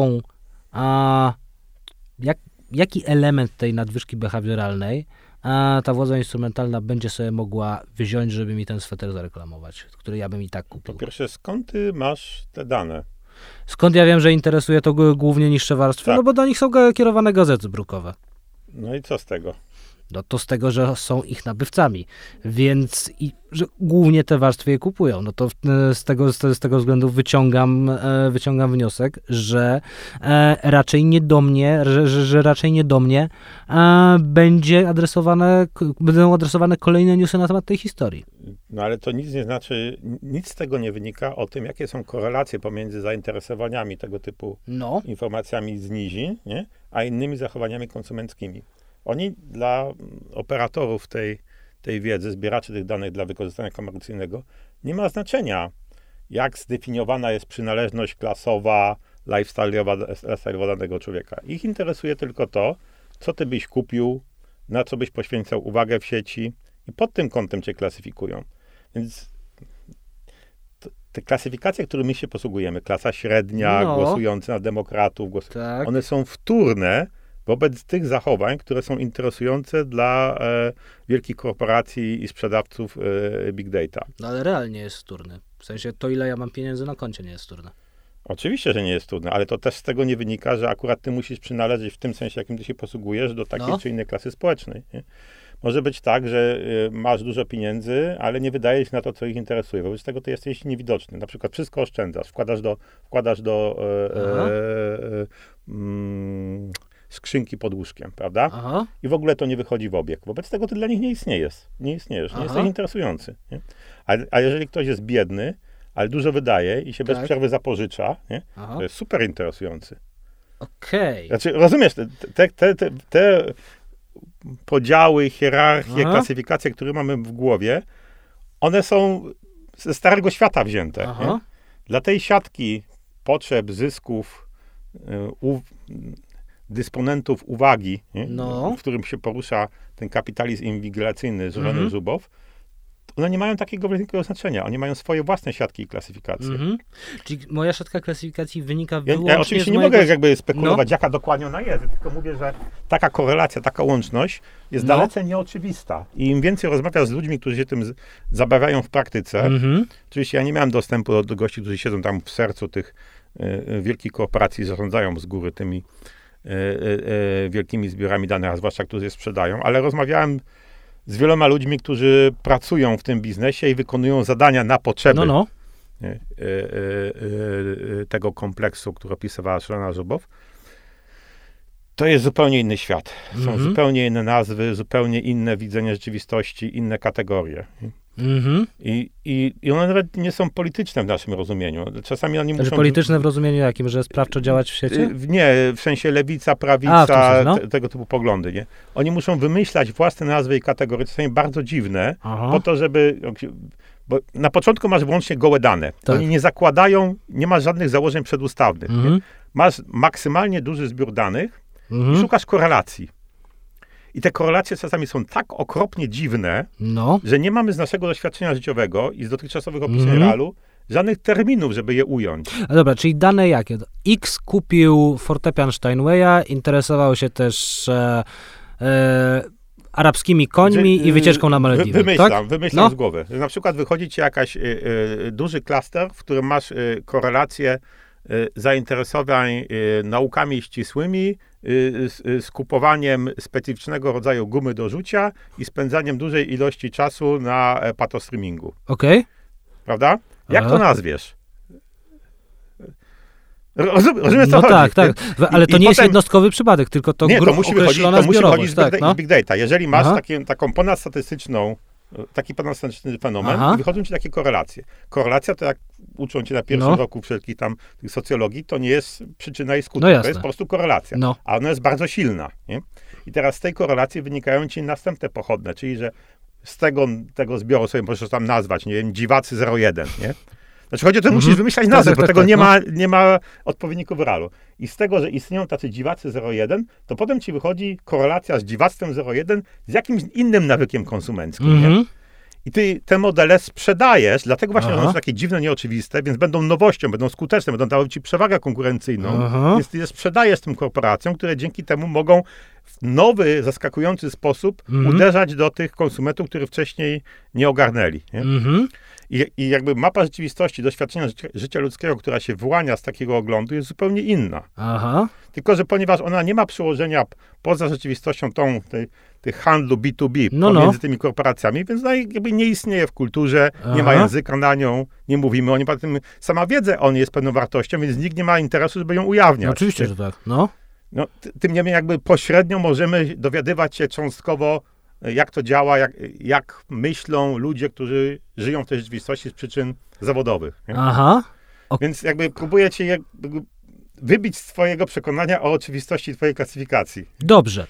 jaki element tej nadwyżki behawioralnej ta władza instrumentalna będzie sobie mogła wziąć, żeby mi ten sweter zareklamować, który ja bym i tak kupił? Po pierwsze, skąd ty masz te dane? Skąd ja wiem, że interesuje to głównie niższe warstwy? Tak. No bo do nich są kierowane gazety brukowe. No i co z tego? No to z tego, że są ich nabywcami, więc że głównie te warstwy je kupują. No to z tego względu wyciągam wniosek, że raczej nie do mnie, że raczej nie do mnie będą adresowane kolejne newsy na temat tej historii. No ale to nic nie znaczy, nic z tego nie wynika o tym, jakie są korelacje pomiędzy zainteresowaniami tego typu informacjami z nizin, nie? A innymi zachowaniami konsumenckimi. Oni dla operatorów tej wiedzy, zbieraczy tych danych dla wykorzystania komercyjnego, nie ma znaczenia, jak zdefiniowana jest przynależność klasowa, lifestyle'owa danego człowieka. Ich interesuje tylko to, co ty byś kupił, na co byś poświęcał uwagę w sieci i pod tym kątem cię klasyfikują. Więc te klasyfikacje, którymi się posługujemy, klasa średnia, głosujący na demokratów, one są wtórne wobec tych zachowań, które są interesujące dla wielkich korporacji i sprzedawców big data. No ale realnie jest wtórny. W sensie to, ile ja mam pieniędzy na koncie, nie jest wtórne. Oczywiście, że nie jest trudne, ale to też z tego nie wynika, że akurat ty musisz przynależeć w tym sensie, jakim ty się posługujesz, do takiej czy innej klasy społecznej. Nie? Może być tak, że masz dużo pieniędzy, ale nie wydaje się na to, co ich interesuje. Wobec tego ty jesteś niewidoczny. Na przykład wszystko oszczędzasz, wkładasz do skrzynki pod łóżkiem, prawda? Aha. I w ogóle to nie wychodzi w obieg. Wobec tego ty dla nich nie istniejesz. Nie istniejesz, nie jesteś interesujący. Nie? A jeżeli ktoś jest biedny, ale dużo wydaje i się bez przerwy zapożycza, nie? To jest super interesujący. Okej. Znaczy, rozumiesz, te podziały, hierarchie, klasyfikacje, które mamy w głowie, one są ze Starego Świata wzięte. Nie? Dla tej siatki potrzeb, zysków, dysponentów uwagi, w którym się porusza ten kapitalizm inwigilacyjny z Zubow, one nie mają takiego wielkiego znaczenia. Oni mają swoje własne siatki i klasyfikacje. Czyli moja siatka klasyfikacji wynika wyłącznie ja oczywiście nie mogę jakby spekulować, jaka dokładnie ona jest, tylko mówię, że taka korelacja, taka łączność jest dalece nieoczywista. I im więcej rozmawiasz z ludźmi, którzy się tym zabawiają w praktyce, oczywiście ja nie miałem dostępu do gości, którzy siedzą tam w sercu tych wielkich korporacji, zarządzają z góry tymi wielkimi zbiorami danych, a zwłaszcza, którzy je sprzedają, ale rozmawiałem z wieloma ludźmi, którzy pracują w tym biznesie i wykonują zadania na potrzeby tego kompleksu, który opisywała Szymona Zubow. To jest zupełnie inny świat. Są zupełnie inne nazwy, zupełnie inne widzenie rzeczywistości, inne kategorie. I one nawet nie są polityczne w naszym rozumieniu. Czasami oni muszą... Polityczne w rozumieniu jakim? Że sprawczo działać w świecie? Nie, w sensie lewica, prawica, tego typu poglądy. Nie? Oni muszą wymyślać własne nazwy i kategorie, czasami bardzo dziwne, po to, żeby... Bo na początku masz wyłącznie gołe dane. Oni nie zakładają, nie masz żadnych założeń przedustawnych. Nie? Masz maksymalnie duży zbiór danych i szukasz korelacji. I te korelacje czasami są tak okropnie dziwne, że nie mamy z naszego doświadczenia życiowego i z dotychczasowych opisań realu żadnych terminów, żeby je ująć. A dobra, czyli dane jakie? X kupił fortepian Steinwaya, interesował się też arabskimi końmi i wycieczką na Malediwy. Wymyślam z głowy. Na przykład wychodzi ci jakaś duży klaster, w którym masz korelację zainteresowań naukami ścisłymi, z kupowaniem specyficznego rodzaju gumy do rzucia i spędzaniem dużej ilości czasu na patostreamingu. Okej. Prawda? Jak to nazwiesz? Rozumiesz, co chodzi? Tak. Ale to nie jest jednostkowy przypadek, tylko to określona zbiorowość. Big data. Jeżeli masz taką taki ponadstatystyczny fenomen i wychodzą ci takie korelacje. Korelacja to, jak uczą cię na pierwszym roku wszelkich tam socjologii, to nie jest przyczyna i skutek. To jest po prostu korelacja. A ona jest bardzo silna. Nie? I teraz z tej korelacji wynikają ci następne pochodne, czyli że z tego zbioru sobie możesz tam nazwać, nie wiem, dziwacy 01, nie? Znaczy chodzi o to, że musisz wymyślać nazwę, bo tego nie ma odpowiedników w realu. I z tego, że istnieją tacy dziwacy 01, to potem ci wychodzi korelacja z dziwactwem 01 z jakimś innym nawykiem konsumenckim. Nie? I ty te modele sprzedajesz, dlatego właśnie one są takie dziwne, nieoczywiste, więc będą nowością, będą skuteczne, będą dały ci przewagę konkurencyjną. Więc ty je sprzedajesz tym korporacjom, które dzięki temu mogą w nowy, zaskakujący sposób uderzać do tych konsumentów, których wcześniej nie ogarnęli. Nie? I jakby mapa rzeczywistości, doświadczenia życia ludzkiego, która się wyłania z takiego oglądu, jest zupełnie inna. Tylko że ponieważ ona nie ma przełożenia poza rzeczywistością tych handlu B2B pomiędzy tymi korporacjami, więc jakby nie istnieje w kulturze, nie ma języka na nią, nie mówimy o niej. Poza tym sama wiedza o niej jest pewną wartością, więc nikt nie ma interesu, żeby ją ujawniać. Oczywiście, że tak. Tym niemniej jakby pośrednio możemy dowiadywać się cząstkowo, jak to działa, jak myślą ludzie, którzy żyją w tej rzeczywistości z przyczyn zawodowych. Nie? Więc jakby próbuję cię wybić z twojego przekonania o oczywistości twojej klasyfikacji. Dobrze.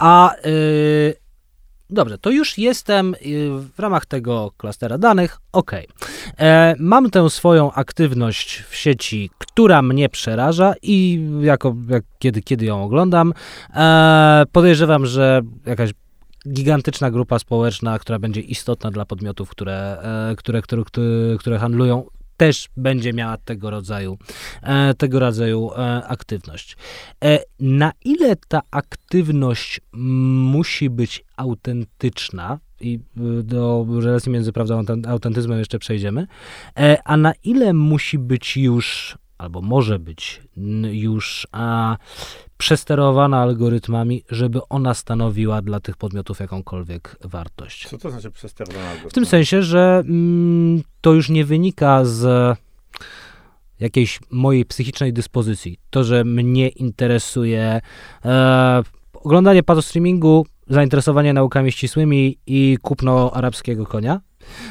Dobrze, to już jestem w ramach tego klastera danych. Mam tę swoją aktywność w sieci, która mnie przeraża i kiedy ją oglądam, podejrzewam, że jakaś gigantyczna grupa społeczna, która będzie istotna dla podmiotów, które handlują, też będzie miała tego rodzaju aktywność. Na ile ta aktywność musi być autentyczna, i do relacji między prawdą a autentyzmem jeszcze przejdziemy, a na ile musi być już albo może być już przesterowana algorytmami, żeby ona stanowiła dla tych podmiotów jakąkolwiek wartość. Co to znaczy przesterowana algorytmami? W tym sensie, że to już nie wynika z jakiejś mojej psychicznej dyspozycji. To, że mnie interesuje oglądanie patostreamingu, zainteresowanie naukami ścisłymi i kupno arabskiego konia,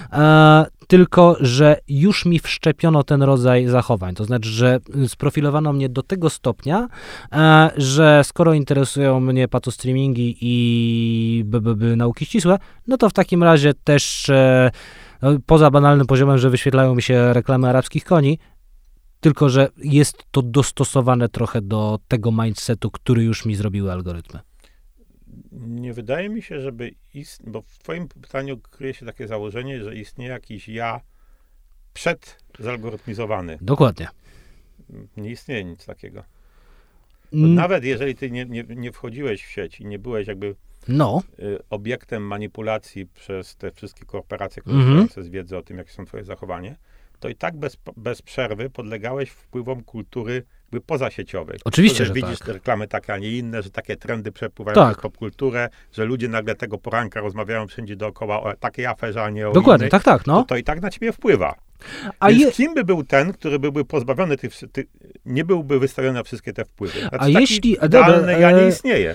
tylko że już mi wszczepiono ten rodzaj zachowań. To znaczy, że sprofilowano mnie do tego stopnia, że skoro interesują mnie patostreamingi i nauki ścisłe, no to w takim razie też poza banalnym poziomem, że wyświetlają mi się reklamy arabskich koni, tylko że jest to dostosowane trochę do tego mindsetu, który już mi zrobiły algorytmy. Nie wydaje mi się, bo w twoim pytaniu kryje się takie założenie, że istnieje jakiś ja przedzalgorytmizowany. Dokładnie. Nie istnieje nic takiego. Nawet jeżeli ty nie wchodziłeś w sieć i nie byłeś jakby obiektem manipulacji przez te wszystkie korporacje korzystające z wiedzy o tym, jakie są twoje zachowania, to i tak bez przerwy podlegałeś wpływom kultury jakby pozasieciowej. Oczywiście, to, że widzisz tak. reklamy takie, a nie inne, że takie trendy przepływają przez popkulturę, że ludzie nagle tego poranka rozmawiają wszędzie dookoła o takiej aferze, a nie o Dokładnie, innej. tak, no. To i tak na ciebie wpływa. Więc kim by był ten, który byłby pozbawiony nie byłby wystawiony na wszystkie te wpływy? Znaczy, a jeśli... idealny ja nie istnieje.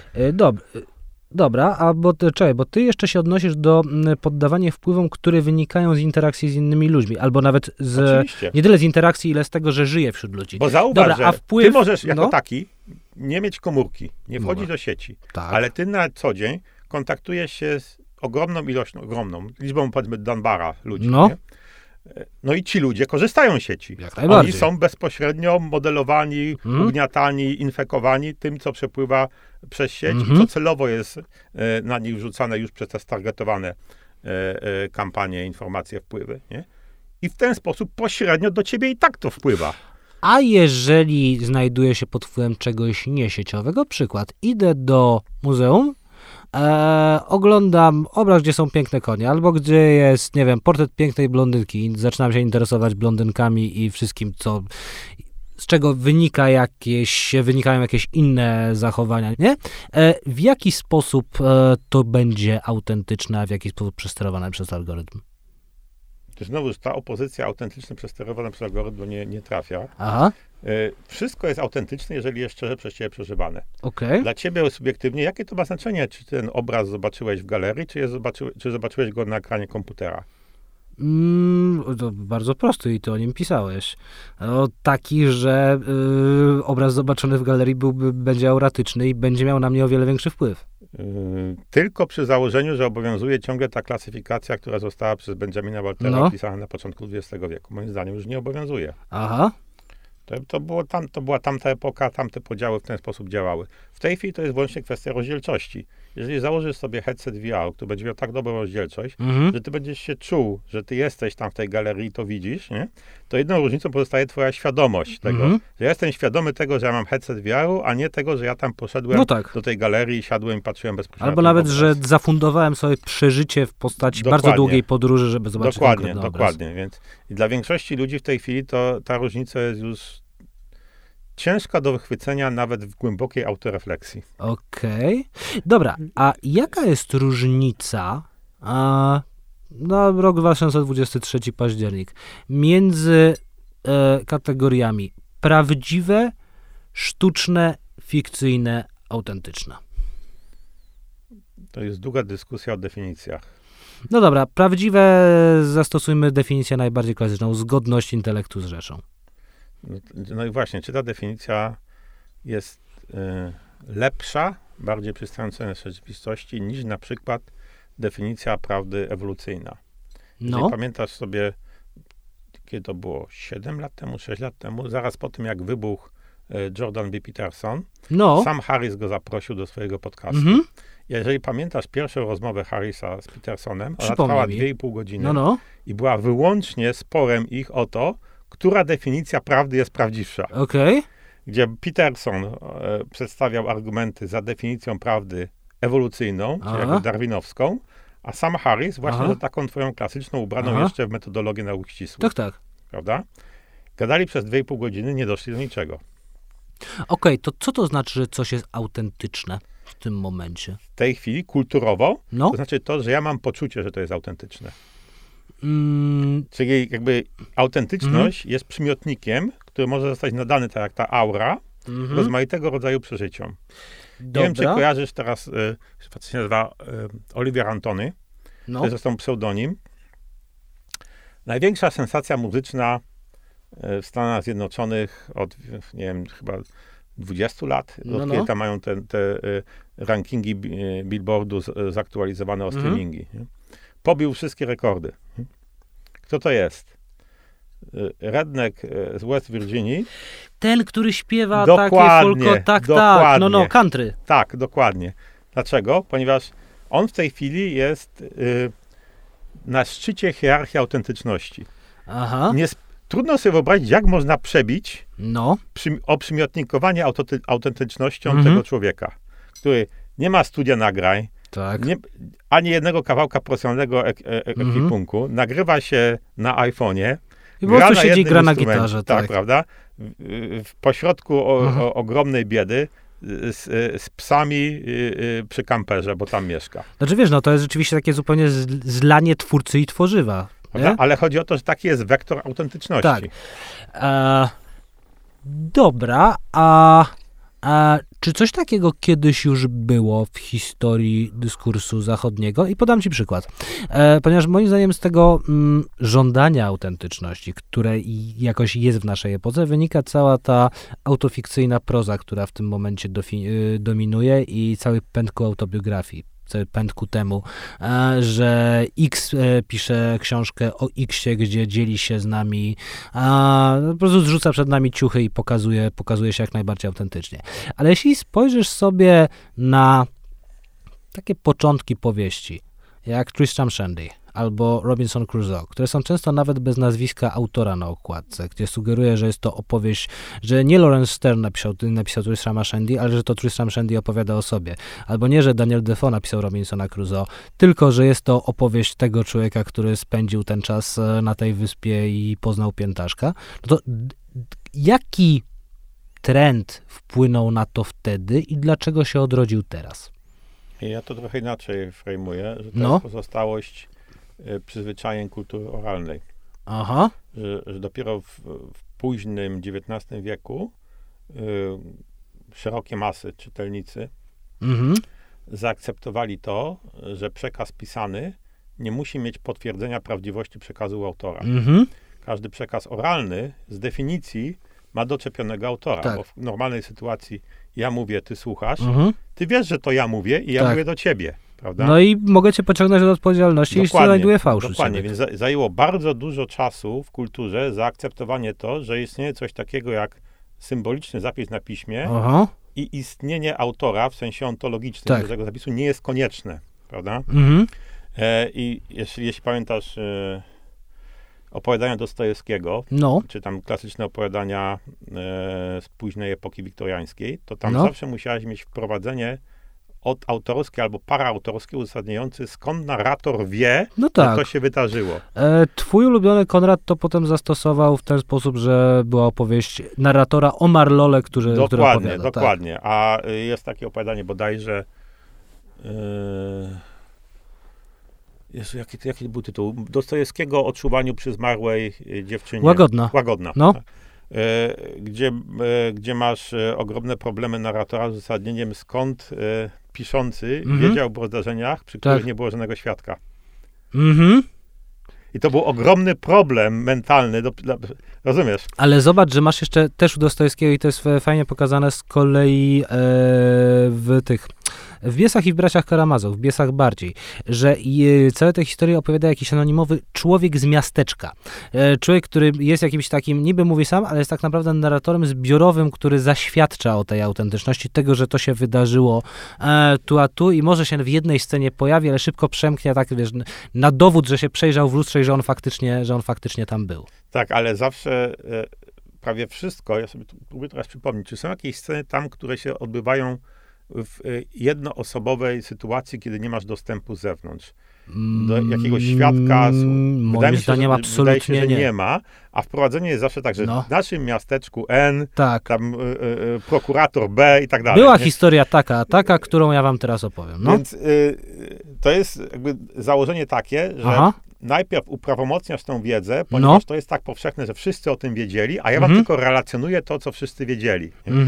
Dobra, bo ty jeszcze się odnosisz do poddawania wpływom, które wynikają z interakcji z innymi ludźmi, albo nawet nie tyle z interakcji, ile z tego, że żyję wśród ludzi. Bo zauważ, że ty możesz jako taki nie mieć komórki, nie wchodzić do sieci, ale ty na co dzień kontaktujesz się z ogromną liczbą, powiedzmy, Dunbara ludzi, nie? No i ci ludzie korzystają z sieci. Oni są bezpośrednio modelowani, ugniatani, infekowani tym, co przepływa przez sieć i co celowo jest na nich wrzucane już przez te stargetowane kampanie, informacje, wpływy. Nie? I w ten sposób pośrednio do ciebie i tak to wpływa. A jeżeli znajduję się pod wpływem czegoś niesieciowego, przykład, idę do muzeum, oglądam obraz, gdzie są piękne konie, albo gdzie jest, nie wiem, portret pięknej blondynki i zaczynam się interesować blondynkami i wszystkim, z czego wynikają jakieś inne zachowania, nie? W jaki sposób to będzie autentyczne, a w jaki sposób przesterowane przez algorytm? Znowu, ta opozycja autentyczna, przesterowana przez algorytm nie trafia. Aha. Wszystko jest autentyczne, jeżeli jest szczerze przez ciebie przeżywane. Okay. Dla ciebie subiektywnie, jakie to ma znaczenie, czy ten obraz zobaczyłeś w galerii, czy zobaczyłeś go na ekranie komputera? To bardzo prosty i ty o nim pisałeś. Taki, że obraz zobaczony w galerii będzie auratyczny i będzie miał na mnie o wiele większy wpływ. Tylko przy założeniu, że obowiązuje ciągle ta klasyfikacja, która została przez Benjamina Waltera opisana na początku XX wieku. Moim zdaniem już nie obowiązuje. Aha. To była tamta epoka, tamte podziały w ten sposób działały. W tej chwili to jest wyłącznie kwestia rozdzielczości. Jeżeli założysz sobie headset VR, który będzie miał tak dobrą rozdzielczość, że ty będziesz się czuł, że ty jesteś tam w tej galerii i to widzisz, nie? To jedną różnicą pozostaje twoja świadomość tego, że ja jestem świadomy tego, że ja mam headset VR-u, a nie tego, że ja tam poszedłem do tej galerii, siadłem i patrzyłem bezpośrednio. Albo nawet, że zafundowałem sobie przeżycie w postaci bardzo długiej podróży, żeby zobaczyć konkretny obraz. Dokładnie. Więc dla większości ludzi w tej chwili ta różnica jest już ciężka do wychwycenia nawet w głębokiej autorefleksji. Okej. Dobra, a jaka jest różnica na rok 2023 październik między kategoriami prawdziwe, sztuczne, fikcyjne, autentyczne? To jest długa dyskusja o definicjach. No dobra, prawdziwe zastosujmy definicję najbardziej klasyczną, zgodność intelektu z rzeczą. No i właśnie, czy ta definicja jest lepsza, bardziej przystająca do rzeczywistości, niż na przykład definicja prawdy ewolucyjna? Jeżeli pamiętasz sobie, kiedy to było 7 lat temu, 6 lat temu, zaraz po tym, jak wybuchł Jordan B. Peterson, Sam Harris go zaprosił do swojego podcastu. Jeżeli pamiętasz pierwszą rozmowę Harrisa z Petersonem, ona trwała 2,5 godziny i była wyłącznie sporem ich o to, która definicja prawdy jest prawdziwsza. Gdzie Peterson przedstawiał argumenty za definicją prawdy ewolucyjną, czyli jakby darwinowską, a sam Harris właśnie za taką twoją klasyczną, ubraną jeszcze w metodologię nauk ścisłych. Tak. Prawda? Gadali przez 2,5 godziny, nie doszli do niczego. Okej, to co to znaczy, że coś jest autentyczne w tym momencie? W tej chwili kulturowo, No. to znaczy to, że ja mam poczucie, że to jest autentyczne. Mm, Czyli jakby autentyczność jest przymiotnikiem, który może zostać nadany, tak jak ta aura, rozmaitego rodzaju przeżyciom. dobra. Nie wiem, czy kojarzysz teraz, facet się nazywa Olivier Antony, No. to jest zresztą pseudonim. Największa sensacja muzyczna w Stanach Zjednoczonych od, nie wiem, chyba 20 lat, od kiedy tam mają te rankingi Billboardu zaktualizowane o streamingi. Nie? Pobił wszystkie rekordy. Kto to jest? Redneck z West Virginii. Ten, który śpiewa Dokładnie, takie folko, tak, dokładnie. no, country. Tak, dokładnie. Dlaczego? Ponieważ on w tej chwili jest na szczycie hierarchii autentyczności. Aha. Trudno sobie wyobrazić, jak można przebić No. oprzymiotnikowanie autentycznością tego człowieka, który nie ma studia nagrań, Tak. ani jednego kawałka profesjonalnego ekwipunku, nagrywa się na iPhone'ie, I po prostu siedzi, gra na instrumencie, gitarze. tak, Tak. prawda? W pośrodku ogromnej biedy z psami przy kamperze, bo tam mieszka. Znaczy wiesz, no to jest rzeczywiście takie zupełnie zlanie twórcy i tworzywa. Nie? Ale chodzi o to, że taki jest wektor autentyczności. Tak. Dobra, a czy coś takiego kiedyś już było w historii dyskursu zachodniego? I podam ci przykład. Ponieważ moim zdaniem z tego żądania autentyczności, które jakoś jest w naszej epoce, wynika cała ta autofikcyjna proza, która w tym momencie dominuje i cały pęd ku autobiografii. Cały pęd ku temu, że X pisze książkę o X-ie, gdzie dzieli się z nami, po prostu zrzuca przed nami ciuchy i pokazuje się jak najbardziej autentycznie. Ale jeśli spojrzysz sobie na takie początki powieści, jak Tristram Shandy albo Robinson Crusoe, które są często nawet bez nazwiska autora na okładce, gdzie sugeruje, że jest to opowieść, że nie Lawrence Stern napisał Tristrama Shandy, ale że to Tristram Shandy opowiada o sobie. Albo nie, że Daniel Defoe napisał Robinsona Crusoe, tylko że jest to opowieść tego człowieka, który spędził ten czas na tej wyspie i poznał piętaszka. No to jaki trend wpłynął na to wtedy i dlaczego się odrodził teraz? Ja to trochę inaczej frejmuję, że to jest pozostałość przyzwyczajeń kultury oralnej. Aha. Że dopiero w późnym XIX wieku szerokie masy czytelnicy zaakceptowali to, że przekaz pisany nie musi mieć potwierdzenia prawdziwości przekazu autora. Każdy przekaz oralny z definicji ma doczepionego autora, tak. Bo w normalnej sytuacji ja mówię, ty słuchasz, ty wiesz, że to ja mówię i ja mówię do ciebie. Prawda? No i mogę cię pociągnąć do odpowiedzialności, jeśli znajduje fałsz. Dokładnie, więc zajęło bardzo dużo czasu w kulturze zaakceptowanie to, że istnieje coś takiego jak symboliczny zapis na piśmie i istnienie autora w sensie ontologicznym, że tego zapisu nie jest konieczne. Prawda? I jeśli pamiętasz opowiadania Dostojewskiego, czy tam klasyczne opowiadania z późnej epoki wiktoriańskiej, to tam zawsze musiałeś mieć wprowadzenie autorskie albo paraautorskie uzasadniające, skąd narrator wie, że to się wydarzyło. Twój ulubiony Konrad to potem zastosował w ten sposób, że była opowieść narratora o Marlole, który opowiada. Dokładnie. A jest takie opowiadanie bodajże Jezu, jaki był tytuł? Dostojewskiego o czuwaniu przy zmarłej dziewczynie. Łagodna. No. Gdzie masz ogromne problemy narratora z uzasadnieniem, skąd piszący wiedziałby o zdarzeniach, przy których nie było żadnego świadka. I to był ogromny problem mentalny, rozumiesz? Ale zobacz, że masz jeszcze też u Dostojewskiego i to jest fajnie pokazane z kolei w Biesach i w Braciach Karamazow, w Biesach bardziej, że całe te historie opowiada jakiś anonimowy człowiek z miasteczka. Człowiek, który jest jakimś takim, niby mówi sam, ale jest tak naprawdę narratorem zbiorowym, który zaświadcza o tej autentyczności, tego, że to się wydarzyło tu a tu i może się w jednej scenie pojawi, ale szybko przemknie, tak wiesz, na dowód, że się przejrzał w lustrze i że on faktycznie tam był. Tak, ale zawsze prawie wszystko, ja sobie próbuję teraz przypomnieć, czy są jakieś sceny tam, które się odbywają w jednoosobowej sytuacji, kiedy nie masz dostępu z zewnątrz. do jakiegoś świadka. Moim zdaniem absolutnie wydaje się, że nie ma, a wprowadzenie jest zawsze tak, że w naszym miasteczku N, tam prokurator B i tak dalej. Była historia taka, którą ja wam teraz opowiem. No. Więc to jest jakby założenie takie, że najpierw uprawomocniasz tę wiedzę, ponieważ to jest tak powszechne, że wszyscy o tym wiedzieli, a ja wam tylko relacjonuję to, co wszyscy wiedzieli.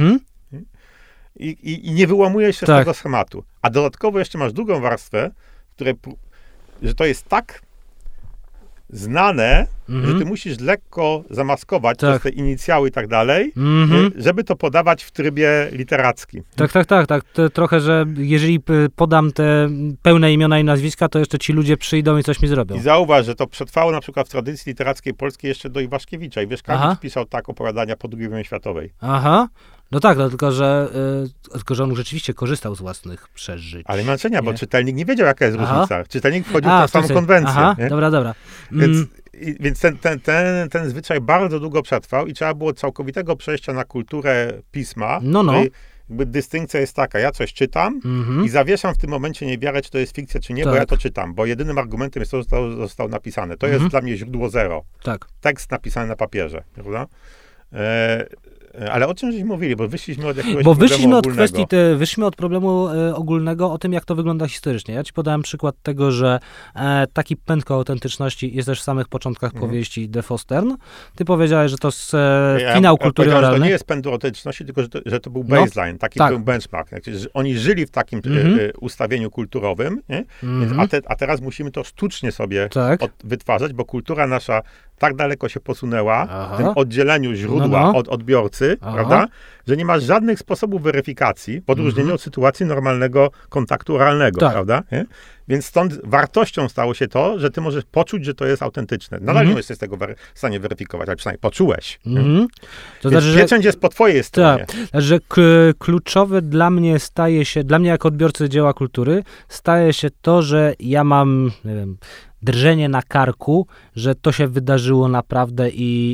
I nie wyłamujesz się z tego schematu. A dodatkowo jeszcze masz drugą warstwę, że to jest tak znane, że ty musisz lekko zamaskować przez te inicjały i tak dalej, żeby to podawać w trybie literackim. Tak. Trochę, że jeżeli podam te pełne imiona i nazwiska, to jeszcze ci ludzie przyjdą i coś mi zrobią. I zauważ, że to przetrwało na przykład w tradycji literackiej polskiej jeszcze do Iwaszkiewicza. I Wieszkowicz pisał tak opowiadania po II wojnie światowej. No tak, tylko że on rzeczywiście korzystał z własnych przeżyć. Ale nie ma znaczenia, bo czytelnik nie wiedział, jaka jest różnica. Czytelnik wchodził w tę samą konwencję. Dobra. Więc ten zwyczaj bardzo długo przetrwał i trzeba było całkowitego przejścia na kulturę pisma. Jakby dystynkcja jest taka, ja coś czytam i zawieszam w tym momencie niewiarę, czy to jest fikcja, czy nie, bo ja to czytam. Bo jedynym argumentem jest to, że zostało napisane. To jest dla mnie źródło zero. Tekst napisany na papierze, prawda? Ale o czym żeśmy mówili? Bo wyszliśmy od jakiegoś problemu ogólnego. Wyszliśmy od problemu ogólnego o tym, jak to wygląda historycznie. Ja ci podałem przykład tego, że taki pętko autentyczności jest też w samych początkach powieści De Fostern. Ty powiedziałeś, że to z finał kultury oralnej. To nie jest pętko autentyczności, tylko że to był baseline, taki był benchmark. Że oni żyli w takim ustawieniu kulturowym, a teraz musimy to sztucznie sobie wytwarzać, bo kultura nasza tak daleko się posunęła w tym oddzieleniu źródła od odbiorcy, prawda, że nie masz żadnych sposobów weryfikacji w odróżnieniu od sytuacji normalnego kontaktu realnego, prawda? Nie? Więc stąd wartością stało się to, że ty możesz poczuć, że to jest autentyczne. Nadal nie jesteś tego w stanie weryfikować, ale przynajmniej poczułeś. To znaczy, że pieczęć jest po twojej stronie. Że kluczowe dla mnie jako odbiorcy dzieła kultury, staje się to, że ja mam, nie wiem, drżenie na karku, że to się wydarzyło naprawdę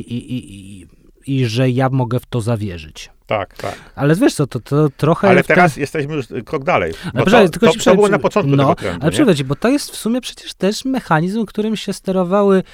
i że ja mogę w to zawierzyć. Tak. Ale wiesz co, to trochę... Ale teraz jesteśmy już krok dalej. To było na początku tego trendu. Ale przepraszam, bo to jest w sumie przecież też mechanizm, którym się sterowały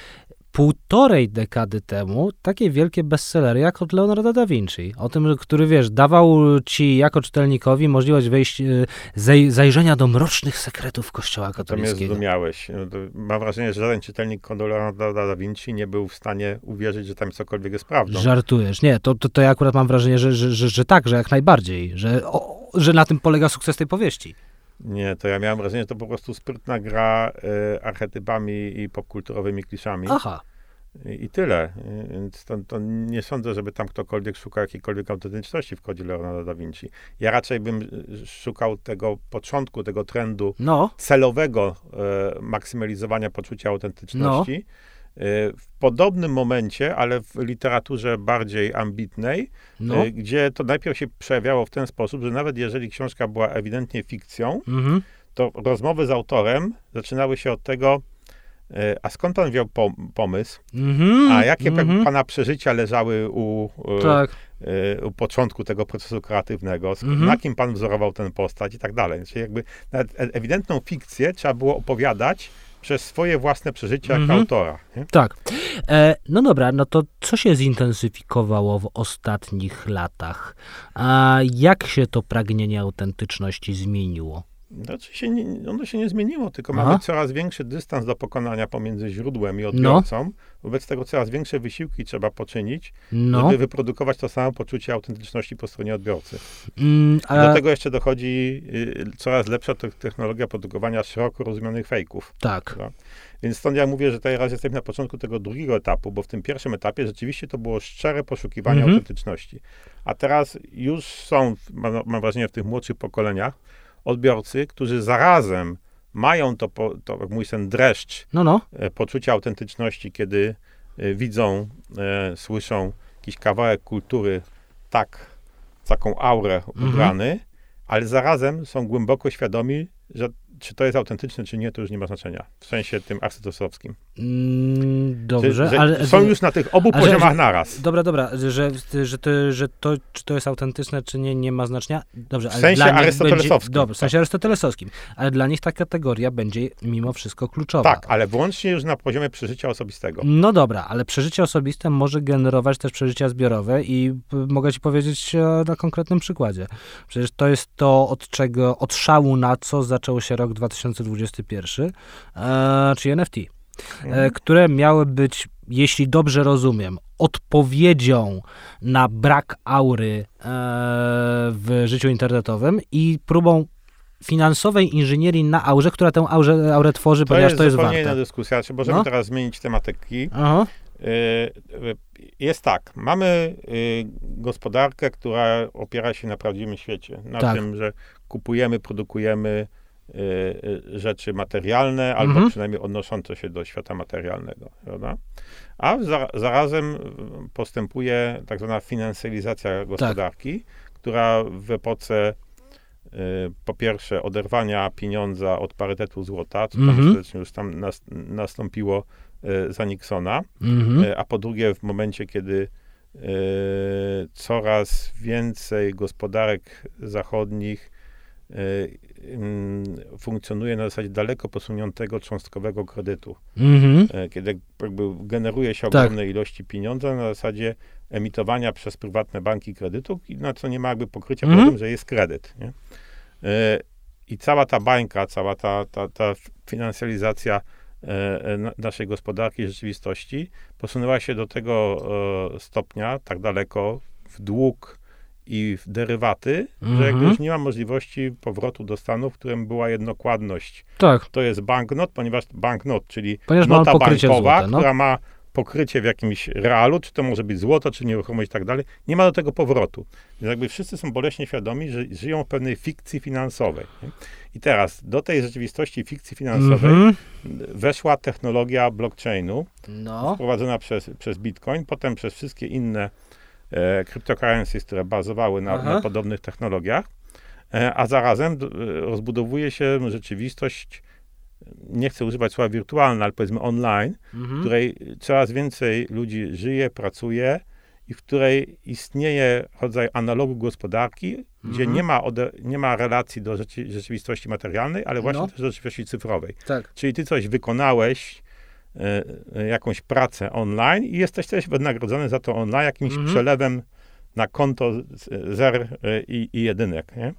1,5 dekady temu takie wielkie bestsellery jak od Leonardo da Vinci. O tym, który, wiesz, dawał ci jako czytelnikowi możliwość zajrzenia do mrocznych sekretów Kościoła katolickiego. To mnie zdumiałeś. Mam wrażenie, że żaden czytelnik od Leonardo da Vinci nie był w stanie uwierzyć, że tam cokolwiek jest prawdą. Żartujesz. Nie, to ja akurat mam wrażenie, że tak, że jak najbardziej. Że na tym polega sukces tej powieści. Nie, to ja miałem wrażenie, że to po prostu sprytna gra archetypami i popkulturowymi kliszami. I tyle. Więc to nie sądzę, żeby tam ktokolwiek szukał jakiejkolwiek autentyczności w kodzie Leonardo da Vinci. Ja raczej bym szukał tego początku, tego trendu celowego maksymalizowania poczucia autentyczności. W podobnym momencie, ale w literaturze bardziej ambitnej, gdzie to najpierw się przejawiało w ten sposób, że nawet jeżeli książka była ewidentnie fikcją, to rozmowy z autorem zaczynały się od tego, a skąd pan wziął pomysł, a jakie pana przeżycia leżały u początku tego procesu kreatywnego, na kim pan wzorował tę postać i tak dalej. Czyli jakby nawet ewidentną fikcję trzeba było opowiadać przez swoje własne przeżycia jako autora. Nie? Tak. No dobra, no to co się zintensyfikowało w ostatnich latach? A jak się to pragnienie autentyczności zmieniło? Znaczy ono się nie zmieniło, tylko mamy coraz większy dystans do pokonania pomiędzy źródłem i odbiorcą. Wobec tego coraz większe wysiłki trzeba poczynić, żeby wyprodukować to samo poczucie autentyczności po stronie odbiorcy. Do tego jeszcze dochodzi coraz lepsza technologia produkowania szeroko rozumianych fejków. Tak. Więc stąd ja mówię, że teraz jesteśmy na początku tego drugiego etapu, bo w tym pierwszym etapie rzeczywiście to było szczere poszukiwanie autentyczności. A teraz już są, mam wrażenie, w tych młodszych pokoleniach odbiorcy, którzy zarazem mają to jak mówi ten dreszcz poczucia autentyczności, kiedy widzą, słyszą jakiś kawałek kultury taką aurę ubrany, ale zarazem są głęboko świadomi, że czy to jest autentyczne, czy nie, to już nie ma znaczenia. W sensie tym arcytosowskim. Dobrze, że ale... są już na tych obu poziomach naraz. Dobra, czy to jest autentyczne, czy nie ma znaczenia. Dobrze, w sensie arystotelesowskim. Dobrze, w sensie arystotelesowskim. Ale dla nich ta kategoria będzie mimo wszystko kluczowa. Tak, ale wyłącznie już na poziomie przeżycia osobistego. No dobra, ale przeżycie osobiste może generować też przeżycia zbiorowe i mogę ci powiedzieć na konkretnym przykładzie. Przecież to jest to, od szału na co zaczął się rok 2021, czyli NFT. Które miały być, jeśli dobrze rozumiem, odpowiedzią na brak aury w życiu internetowym i próbą finansowej inżynierii na aurze, która tę aurę tworzy, ponieważ to jest warte. To jest zupełnie inna dyskusja. Czy możemy teraz zmienić tematyki? Jest tak, mamy gospodarkę, która opiera się na prawdziwym świecie. Na tym, że kupujemy, produkujemy rzeczy materialne, albo przynajmniej odnoszące się do świata materialnego, prawda? A zarazem postępuje tak zwana finansjalizacja gospodarki, która w epoce po pierwsze oderwania pieniądza od parytetu złota, co tam już tam nastąpiło za Nixona, a po drugie w momencie, kiedy coraz więcej gospodarek zachodnich funkcjonuje na zasadzie daleko posuniętego cząstkowego kredytu. Kiedy jakby generuje się ogromne ilości pieniądza na zasadzie emitowania przez prywatne banki kredytu, na co nie ma jakby pokrycia po tym, że jest kredyt. Nie? I cała ta bańka, cała ta finansjalizacja naszej gospodarki, rzeczywistości posunęła się do tego stopnia, tak daleko w dług i w derywaty, że jakby już nie ma możliwości powrotu do stanu, w którym była jednokładność. Tak. To jest banknot, ponieważ banknot, czyli nota bankowa, złota, która ma pokrycie w jakimś realu, czy to może być złoto, czy nieruchomość i tak dalej, nie ma do tego powrotu. Więc jakby wszyscy są boleśnie świadomi, że żyją w pewnej fikcji finansowej. Nie? I teraz do tej rzeczywistości fikcji finansowej weszła technologia blockchainu, wprowadzona przez Bitcoin, potem przez wszystkie inne cryptocurrencies, które bazowały na podobnych technologiach, a zarazem rozbudowuje się rzeczywistość, nie chcę używać słowa wirtualna, ale powiedzmy online, w której coraz więcej ludzi żyje, pracuje i w której istnieje rodzaj analogu gospodarki, gdzie nie ma relacji do rzeczywistości materialnej, ale właśnie też do rzeczywistości cyfrowej. Tak. Czyli ty coś wykonałeś, jakąś pracę online i jesteś też wynagrodzony za to online jakimś przelewem na konto zer i jedynek. Nie?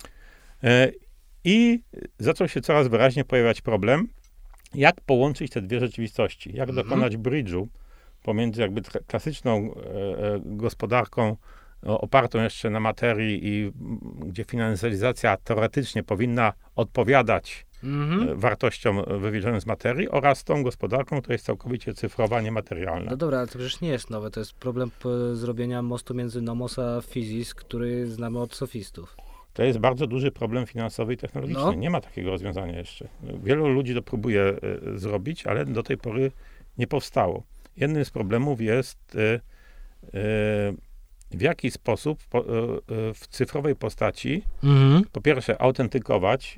I zaczął się coraz wyraźniej pojawiać problem, jak połączyć te dwie rzeczywistości, jak dokonać bridge'u pomiędzy jakby klasyczną gospodarką opartą jeszcze na materii i gdzie finansjalizacja teoretycznie powinna odpowiadać wartościom wywiedzionym z materii oraz tą gospodarką, która jest całkowicie cyfrowa, niematerialna. No dobra, ale to przecież nie jest nowe. To jest problem zrobienia mostu między nomos a physis, który znamy od sofistów. To jest bardzo duży problem finansowy i technologiczny. Nie ma takiego rozwiązania jeszcze. Wielu ludzi to próbuje zrobić, ale do tej pory nie powstało. Jednym z problemów jest w jaki sposób w cyfrowej postaci po pierwsze autentykować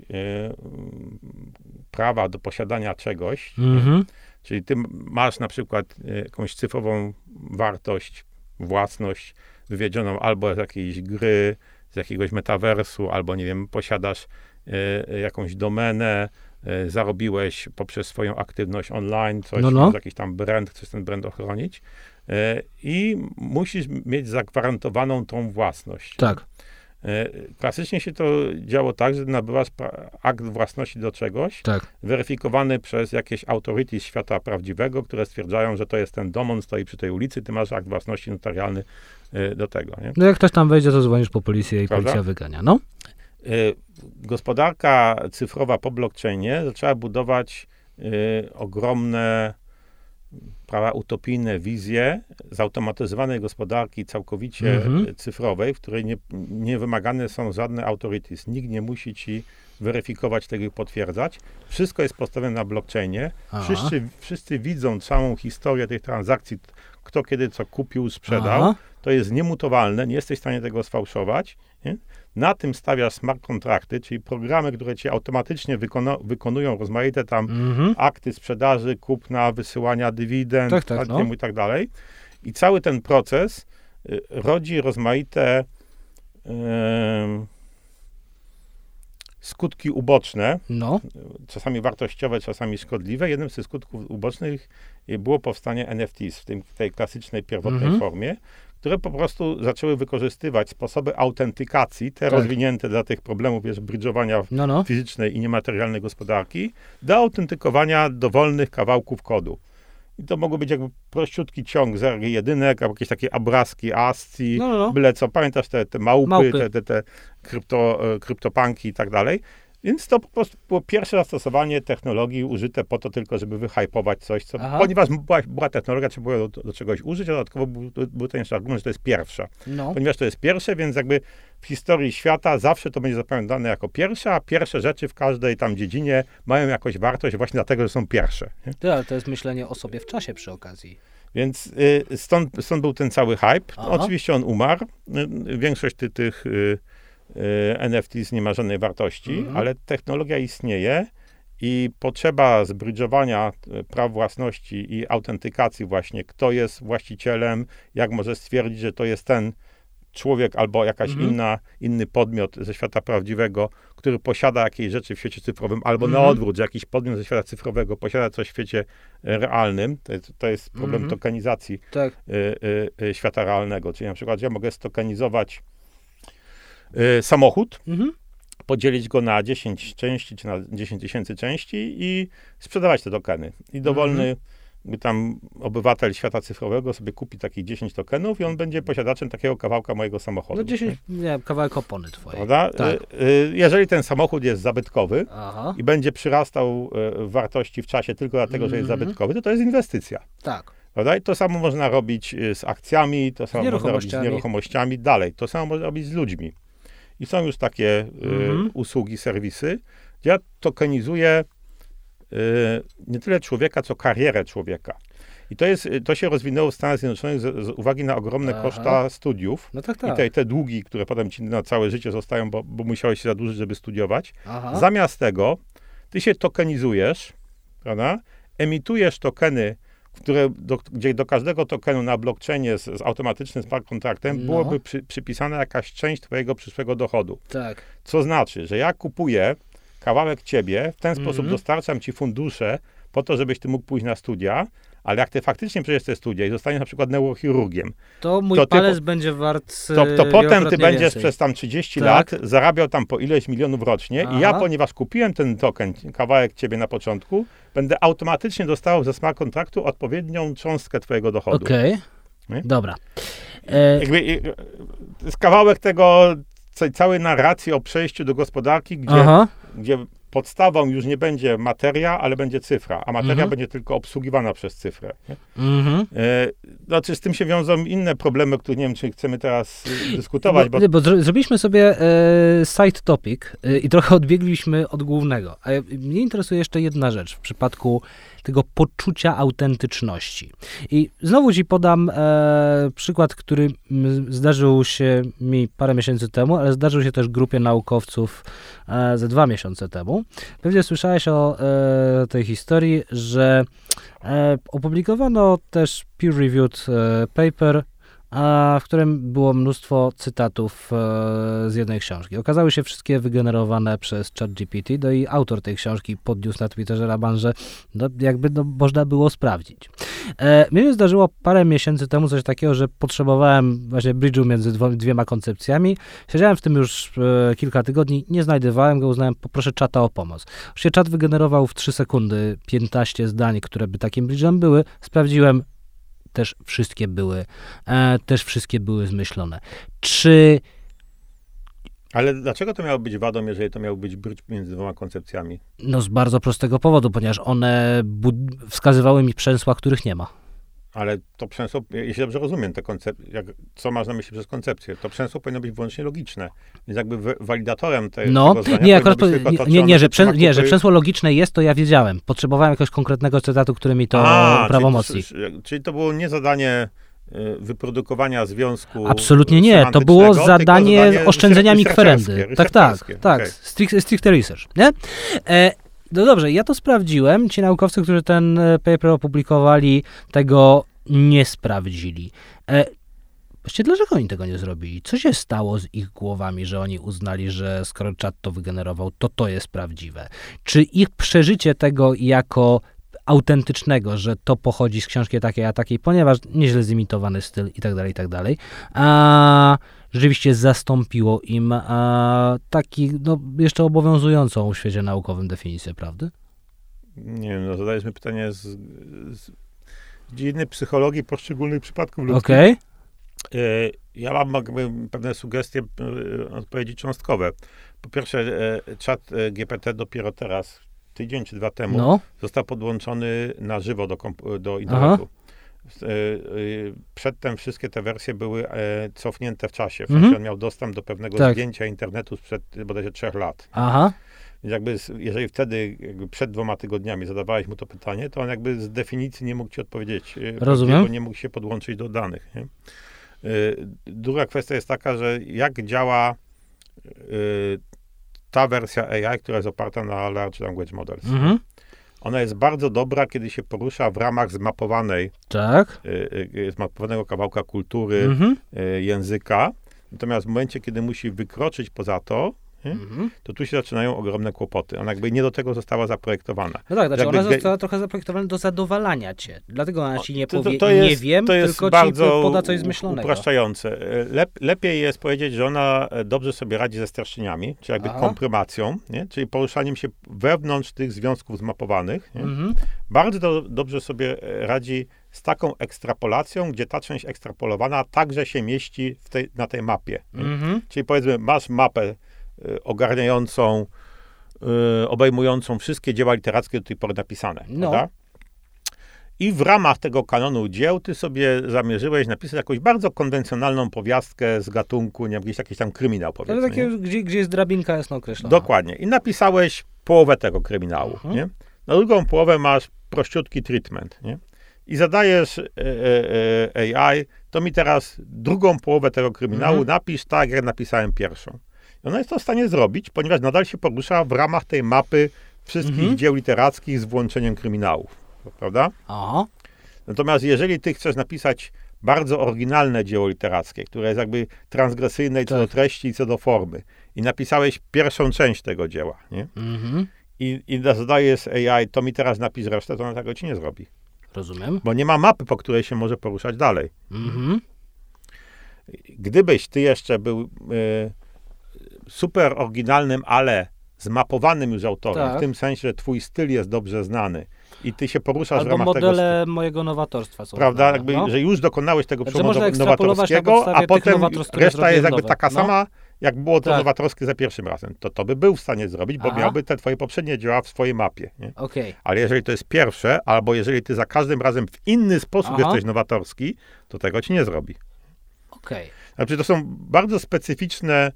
prawa do posiadania czegoś, czyli ty masz na przykład jakąś cyfrową wartość, własność wywiedzioną albo z jakiejś gry, z jakiegoś metaversu, albo nie wiem, posiadasz jakąś domenę, zarobiłeś poprzez swoją aktywność online, coś, jakiś tam brand, chcesz ten brand ochronić i musisz mieć zagwarantowaną tą własność. Tak. Klasycznie się to działo tak, że nabywasz akt własności do czegoś, weryfikowany przez jakieś authority z świata prawdziwego, które stwierdzają, że to jest ten dom, on stoi przy tej ulicy, ty masz akt własności notarialny do tego. Nie? No jak ktoś tam wejdzie, to dzwonisz po policję i policja wygania, no? Gospodarka cyfrowa po blockchainie zaczęła budować ogromne, utopijne wizje zautomatyzowanej gospodarki całkowicie cyfrowej, w której nie wymagane są żadne authorities. Nikt nie musi ci weryfikować tego i potwierdzać. Wszystko jest postawione na blockchainie. Wszyscy widzą całą historię tej transakcji, kto kiedy co kupił, sprzedał. to jest niemutowalne, nie jesteś w stanie tego sfałszować. Nie? Na tym stawiasz smart kontrakty, czyli programy, które ci automatycznie wykonują rozmaite tam akty sprzedaży, kupna, wysyłania dywidend, i tak dalej. I cały ten proces rodzi rozmaite skutki uboczne, czasami wartościowe, czasami szkodliwe. Jednym z tych skutków ubocznych było powstanie NFTs w tej klasycznej, pierwotnej formie, które po prostu zaczęły wykorzystywać sposoby autentykacji, te rozwinięte dla tych problemów, bridżowania fizycznej i niematerialnej gospodarki, do autentykowania dowolnych kawałków kodu. I to mogło być jakby prościutki ciąg zer i jedynek, albo jakieś takie obrazki, ASCII, byle co. Pamiętasz te małpy. te kryptopanki i tak dalej. Więc to po prostu było pierwsze zastosowanie technologii użyte po to tylko, żeby wyhypować coś, ponieważ była technologia, trzeba było do czegoś użyć, a dodatkowo był ten jeszcze argument, że to jest pierwsza. Ponieważ to jest pierwsze, więc jakby w historii świata zawsze to będzie zapamiętane jako pierwsze, a pierwsze rzeczy w każdej tam dziedzinie mają jakąś wartość właśnie dlatego, że są pierwsze. Ale to jest myślenie o sobie w czasie przy okazji. Więc stąd był ten cały hype. Oczywiście on umarł. Większość tych NFTs nie ma żadnej wartości, ale technologia istnieje i potrzeba zbridżowania praw własności i autentykacji właśnie, kto jest właścicielem, jak może stwierdzić, że to jest ten człowiek albo jakaś inny podmiot ze świata prawdziwego, który posiada jakieś rzeczy w świecie cyfrowym, albo na odwrót, że jakiś podmiot ze świata cyfrowego posiada coś w świecie realnym. To jest problem tokenizacji świata realnego. Czyli na przykład ja mogę stokenizować samochód, podzielić go na 10 części, czy na 10 000 części i sprzedawać te tokeny. I dowolny tam obywatel świata cyfrowego sobie kupi takich 10 tokenów i on będzie posiadaczem takiego kawałka mojego samochodu. 10, kawałek opony twojej. Prawda? Tak. Jeżeli ten samochód jest zabytkowy i będzie przyrastał w wartości w czasie tylko dlatego, że jest zabytkowy, to jest inwestycja. Tak. Prawda? I to samo można robić z akcjami, to samo można robić z nieruchomościami, dalej. To samo można robić z ludźmi. I są już takie usługi, serwisy, gdzie ja tokenizuję nie tyle człowieka, co karierę człowieka. I to się rozwinęło w Stanach Zjednoczonych z uwagi na ogromne koszta studiów. I te długi, które potem ci na całe życie zostają, bo musiałeś się zadłużyć, żeby studiować. Zamiast tego, ty się tokenizujesz, prawda? Emitujesz tokeny, gdzie do każdego tokenu na blockchainie z automatycznym smart kontraktem byłoby przypisana jakaś część twojego przyszłego dochodu. Tak. Co znaczy, że ja kupuję kawałek ciebie, w ten sposób dostarczam ci fundusze po to, żebyś ty mógł pójść na studia, ale jak ty faktycznie przejdziesz te studia i zostaniesz na przykład neurochirurgiem, to mój palec będzie wart to potem ty będziesz więcej. przez tam 30 lat zarabiał tam po ileś milionów rocznie i ja, ponieważ kupiłem ten token, kawałek ciebie na początku, będę automatycznie dostawał ze smart kontraktu odpowiednią cząstkę twojego dochodu. Okej. Dobra. To jest kawałek tego całej narracji o przejściu do gospodarki, gdzie podstawą już nie będzie materia, ale będzie cyfra, a materia będzie tylko obsługiwana przez cyfrę. Znaczy z tym się wiążą inne problemy, o których nie wiem, czy chcemy teraz dyskutować. Bo zrobiliśmy sobie side topic i trochę odbiegliśmy od głównego. A mnie interesuje jeszcze jedna rzecz w przypadku tego poczucia autentyczności. I znowu ci podam przykład, który zdarzył się mi parę miesięcy temu, ale zdarzył się też grupie naukowców ze 2 miesiące temu. Pewnie słyszałeś o tej historii, że opublikowano też peer-reviewed paper, w którym było mnóstwo cytatów z jednej książki. Okazały się wszystkie wygenerowane przez ChatGPT, no i autor tej książki podniósł na Twitterze raban, że można było sprawdzić. Mnie się zdarzyło parę miesięcy temu coś takiego, że potrzebowałem właśnie bridge'u między dwiema koncepcjami. Siedziałem w tym już kilka tygodni, nie znajdowałem go, uznałem, poproszę czata o pomoc. Się czat wygenerował w 3 sekundy 15 zdań, które by takim bridge'em były. Sprawdziłem, też wszystkie były zmyślone. Ale dlaczego to miało być wadą, jeżeli to miał być bridge między 2 koncepcjami? No z bardzo prostego powodu, ponieważ one wskazywały mi przęsła, których nie ma. Ale to przęsło, jeśli dobrze rozumiem, co masz na myśli przez koncepcję, to przęsło powinno być wyłącznie logiczne. Więc jakby walidatorem tego zdania że przęsło logiczne jest, to ja wiedziałem. Potrzebowałem jakiegoś konkretnego cytatu, który mi to prawomocni. Czyli to było nie zadanie wyprodukowania związku Absolutnie nie, to było zadanie oszczędzeniami kwerendy. Tak. Okay. Stricte research, nie? No dobrze, ja to sprawdziłem. Ci naukowcy, którzy ten paper opublikowali, tego nie sprawdzili. Właściwie dlaczego oni tego nie zrobili? Co się stało z ich głowami, że oni uznali, że skoro czat to wygenerował, to jest prawdziwe? Czy ich przeżycie tego jako autentycznego, że to pochodzi z książki takiej a takiej, ponieważ nieźle zimitowany styl i tak dalej, rzeczywiście zastąpiło im taki, no, jeszcze obowiązującą w świecie naukowym definicję prawdy? Nie wiem, no zadajesz mi pytanie z dziedziny psychologii poszczególnych przypadków ludzkich. Okej. Ja mam pewne sugestie, odpowiedzi cząstkowe. Po pierwsze, czat GPT dopiero teraz, tydzień czy 2 temu, został podłączony na żywo do internetu. Przedtem wszystkie te wersje były cofnięte w czasie. W sensie on miał dostęp do pewnego zdjęcia internetu sprzed bodajże 3 lat. Więc jakby, jeżeli wtedy przed 2 tygodniami zadawałeś mu to pytanie, to on jakby z definicji nie mógł ci odpowiedzieć. Rozumiem. Bo nie mógł się podłączyć do danych. Nie? Druga kwestia jest taka, że jak działa ta wersja AI, która jest oparta na Large Language Models. Ona jest bardzo dobra, kiedy się porusza w ramach zmapowanego kawałka kultury, języka. Natomiast w momencie, kiedy musi wykroczyć poza to, to tu się zaczynają ogromne kłopoty. Ona jakby nie do tego została zaprojektowana. No tak, znaczy ona została trochę zaprojektowana do zadowalania cię. Dlatego ona ci nie powie, nie wiem, to jest tylko bardzo ci poda coś zmyślonego. upraszczające. Lepiej jest powiedzieć, że ona dobrze sobie radzi ze streszczeniami, czyli jakby komprymacją, nie? Czyli poruszaniem się wewnątrz tych związków zmapowanych. Bardzo dobrze sobie radzi z taką ekstrapolacją, gdzie ta część ekstrapolowana także się mieści na tej mapie. Czyli powiedzmy, masz mapę ogarniającą, obejmującą wszystkie dzieła literackie do tej pory napisane. Prawda? I w ramach tego kanonu dzieł ty sobie zamierzyłeś napisać jakąś bardzo konwencjonalną powiastkę z gatunku, nie wiem, jakiś tam kryminał, powiedzmy. Ale takie, gdzie jest drabinka jasno określona. Dokładnie. I napisałeś połowę tego kryminału. Nie? Na drugą połowę masz prościutki treatment. Nie? I zadajesz AI, to mi teraz drugą połowę tego kryminału napisz tak, jak napisałem pierwszą. I ona jest to w stanie zrobić, ponieważ nadal się porusza w ramach tej mapy wszystkich dzieł literackich z włączeniem kryminałów. Prawda? Natomiast jeżeli ty chcesz napisać bardzo oryginalne dzieło literackie, które jest jakby transgresyjne co do treści i co do formy, i napisałeś pierwszą część tego dzieła, nie? I zadajesz AI, to mi teraz napisz resztę, to ona tego ci nie zrobi. Rozumiem. Bo nie ma mapy, po której się może poruszać dalej. Gdybyś ty jeszcze był super oryginalnym, ale zmapowanym już autorem, w tym sensie, że twój styl jest dobrze znany i ty się poruszasz w ramach tego... modele mojego nowatorstwa są prawda, znane, jakby, że już dokonałeś tego przełomu można nowatorskiego, a potem reszta jest jakby taka nowe. sama, jak było to nowatorskie za pierwszym razem. To by był w stanie zrobić, bo miałby te twoje poprzednie dzieła w swojej mapie. Nie? Ale jeżeli to jest pierwsze, albo jeżeli ty za każdym razem w inny sposób jesteś nowatorski, to tego ci nie zrobi. Znaczy, to są bardzo specyficzne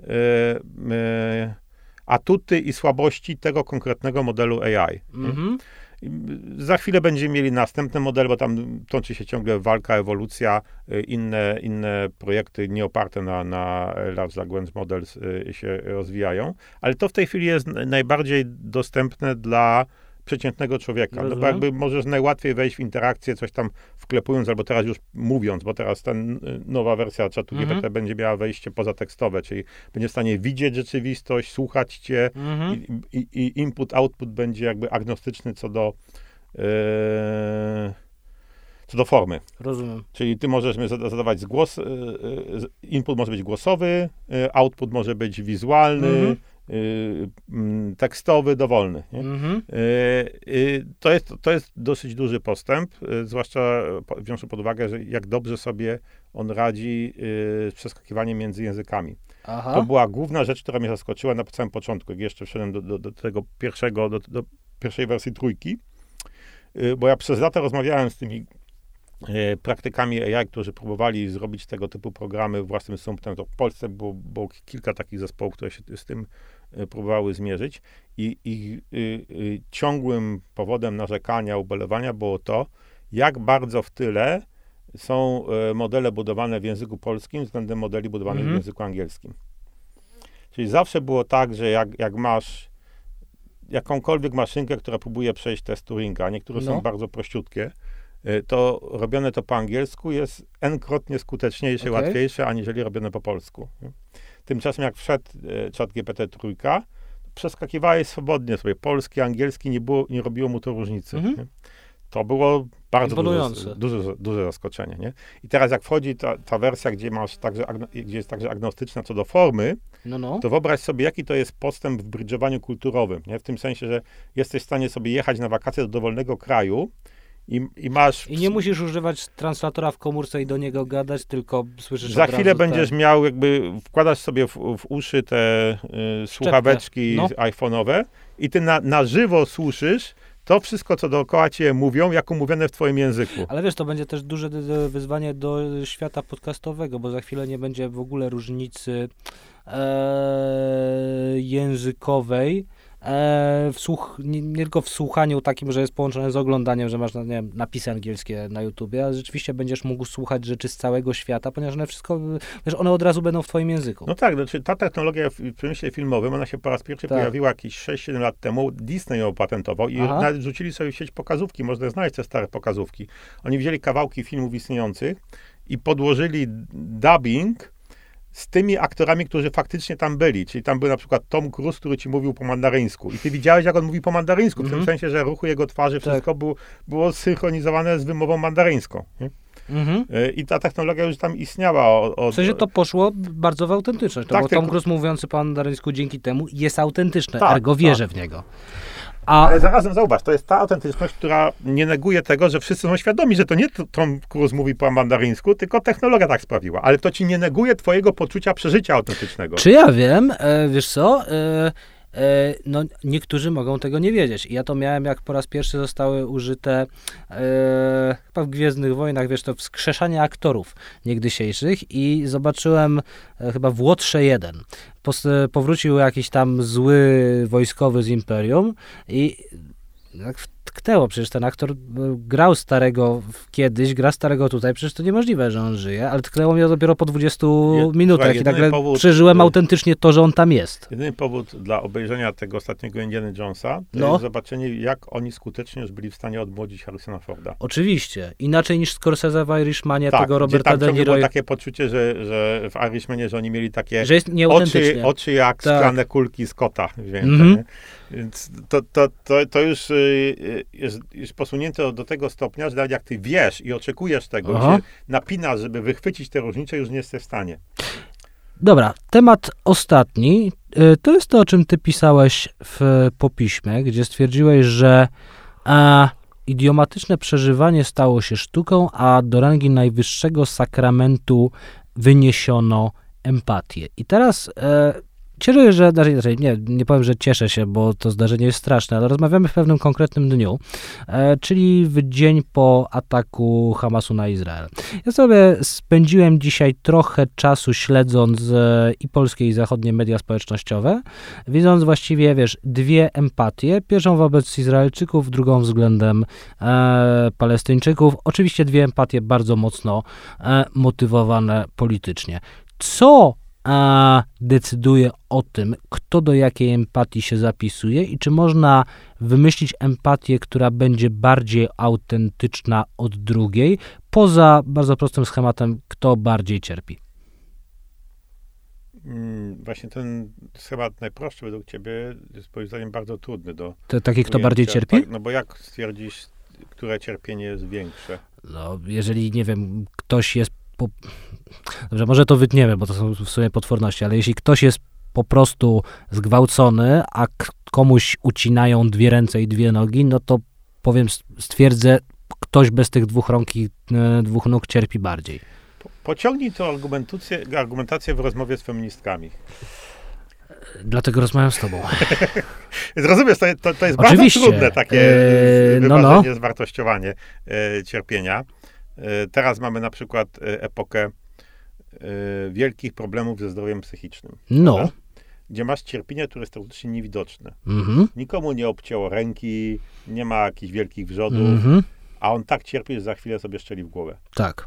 atuty i słabości tego konkretnego modelu AI. Za chwilę będziemy mieli następny model, bo tam toczy się ciągle walka, ewolucja, inne projekty nie oparte na Large Language Models się rozwijają, ale to w tej chwili jest najbardziej dostępne dla przeciętnego człowieka. No bo jakby możesz najłatwiej wejść w interakcję, coś tam wklepując, albo teraz już mówiąc, bo teraz ta nowa wersja czatu GPT będzie miała wejście pozatekstowe, czyli będzie w stanie widzieć rzeczywistość, słuchać cię i input-output będzie jakby agnostyczny co do formy. Rozumiem. Czyli ty możesz zadawać input może być głosowy, output może być wizualny, tekstowy, dowolny. Nie? To jest dosyć duży postęp, zwłaszcza biorąc pod uwagę, że jak dobrze sobie on radzi z przeskakiwaniem między językami. To była główna rzecz, która mnie zaskoczyła na samym początku, jak jeszcze wszedłem do tego do pierwszej wersji 3, bo ja przez lata rozmawiałem z tymi praktykami AI, którzy próbowali zrobić tego typu programy własnym sumptem. To w Polsce było kilka takich zespołów, które się z tym próbowały zmierzyć i ciągłym powodem narzekania, ubolewania było to, jak bardzo w tyle są modele budowane w języku polskim względem modeli budowanych w języku angielskim. Czyli zawsze było tak, że jak masz jakąkolwiek maszynkę, która próbuje przejść test Turinga, niektóre są bardzo prościutkie, to robione to po angielsku jest n-krotnie skuteczniejsze, łatwiejsze, aniżeli robione po polsku. Tymczasem jak wszedł ChatGPT trójka, przeskakiwałeś swobodnie sobie. Polski, angielski, nie robiło mu to różnicy. To było bardzo duże zaskoczenie. Nie? I teraz jak wchodzi ta wersja, gdzie jest także agnostyczna co do formy, to wyobraź sobie, jaki to jest postęp w bridżowaniu kulturowym. Nie? W tym sensie, że jesteś w stanie sobie jechać na wakacje do dowolnego kraju i masz... I nie musisz używać translatora w komórce i do niego gadać, tylko słyszysz Za chwilę będziesz miał wkładasz sobie w uszy te słuchaweczki iPhone'owe i ty na żywo słyszysz to wszystko, co dookoła cię mówią, jako mówione w twoim języku. Ale wiesz, to będzie też duże wyzwanie do świata podcastowego, bo za chwilę nie będzie w ogóle różnicy językowej, nie tylko w słuchaniu takim, że jest połączone z oglądaniem, że masz, nie wiem, napisy angielskie na YouTubie, ale rzeczywiście będziesz mógł słuchać rzeczy z całego świata, ponieważ one od razu będą w twoim języku. No tak, znaczy ta technologia w przemyśle filmowym, ona się po raz pierwszy pojawiła jakieś 6-7 lat temu, Disney ją opatentował i nawet wrzucili sobie w sieć pokazówki, można znaleźć te stare pokazówki. Oni wzięli kawałki filmów istniejących i podłożyli dubbing z tymi aktorami, którzy faktycznie tam byli. Czyli tam był na przykład Tom Cruise, który ci mówił po mandaryńsku. I ty widziałeś, jak on mówi po mandaryńsku, w tym sensie, że ruchy jego twarzy, wszystko było synchronizowane z wymową mandaryńską. I ta technologia już tam istniała. W sensie to poszło bardzo w autentyczność, bo Tom Cruise mówiący po mandaryńsku dzięki temu jest autentyczny, ergo wierzę w niego. Ale zarazem zauważ, to jest ta autentyczność, która nie neguje tego, że wszyscy są świadomi, że to nie Tom Cruise mówi po mandaryńsku, tylko technologia tak sprawiła. Ale to ci nie neguje twojego poczucia przeżycia autentycznego. Czy ja wiem, wiesz co, no niektórzy mogą tego nie wiedzieć. I ja to miałem, jak po raz pierwszy zostały użyte chyba w Gwiezdnych Wojnach, wiesz, to wskrzeszanie aktorów niegdysiejszych i zobaczyłem chyba w Łotrze 1. Powrócił jakiś tam zły wojskowy z Imperium i tak tknęło, przecież ten aktor grał starego kiedyś, gra starego tutaj, przecież to niemożliwe, że on żyje, ale tknęło mnie dopiero po 20 minutach i nagle przeżyłem autentycznie to, że on tam jest. Jedyny powód dla obejrzenia tego ostatniego Indiana Jonesa to jest zobaczenie, jak oni skutecznie już byli w stanie odmłodzić Harrisona Forda. Oczywiście. Inaczej niż Scorsese w Irishmanie, tego Roberta De Niro. Było takie poczucie, że w Irishmanie, że oni mieli takie że jest oczy jak szklane kulki z kota. Więc to już jest posunięte do tego stopnia, że nawet jak ty wiesz i oczekujesz tego, się napinasz, żeby wychwycić te różnice, już nie jesteś w stanie. Dobra, temat ostatni. To jest to, o czym ty pisałeś w popiśmie, gdzie stwierdziłeś, że idiomatyczne przeżywanie stało się sztuką, a do rangi najwyższego sakramentu wyniesiono empatię. I teraz cieszę się, że, nie powiem, że cieszę się, bo to zdarzenie jest straszne, ale rozmawiamy w pewnym konkretnym dniu, czyli w dzień po ataku Hamasu na Izrael. Ja sobie spędziłem dzisiaj trochę czasu śledząc i polskie, i zachodnie media społecznościowe, widząc właściwie, wiesz, dwie empatie. Pierwszą wobec Izraelczyków, drugą względem Palestyńczyków. Oczywiście dwie empatie bardzo mocno motywowane politycznie. Co decyduje o tym, kto do jakiej empatii się zapisuje i czy można wymyślić empatię, która będzie bardziej autentyczna od drugiej, poza bardzo prostym schematem, kto bardziej cierpi? Właśnie ten schemat najprostszy według ciebie jest moim zdaniem bardzo trudny do taki, kto bardziej cierpi? Tak, no bo jak stwierdzić, które cierpienie jest większe? No, jeżeli, nie wiem, ktoś jest Dobrze, może to wytniemy, bo to są w sumie potworności, ale jeśli ktoś jest po prostu zgwałcony, a komuś ucinają dwie ręce i dwie nogi, no to stwierdzę, ktoś bez tych dwóch rąk i dwóch nóg cierpi bardziej. Pociągnij tę argumentację w rozmowie z feministkami. Dlatego rozmawiam z tobą. Rozumiesz, to jest bardzo trudne takie wyważenie, zwartościowanie cierpienia. Teraz mamy na przykład epokę wielkich problemów ze zdrowiem psychicznym. No. Gdzie masz cierpienie, które jest teoretycznie niewidoczne. Mhm. Nikomu nie obcięło ręki, nie ma jakichś wielkich wrzodów, a on tak cierpi, że za chwilę sobie strzeli w głowę. Tak.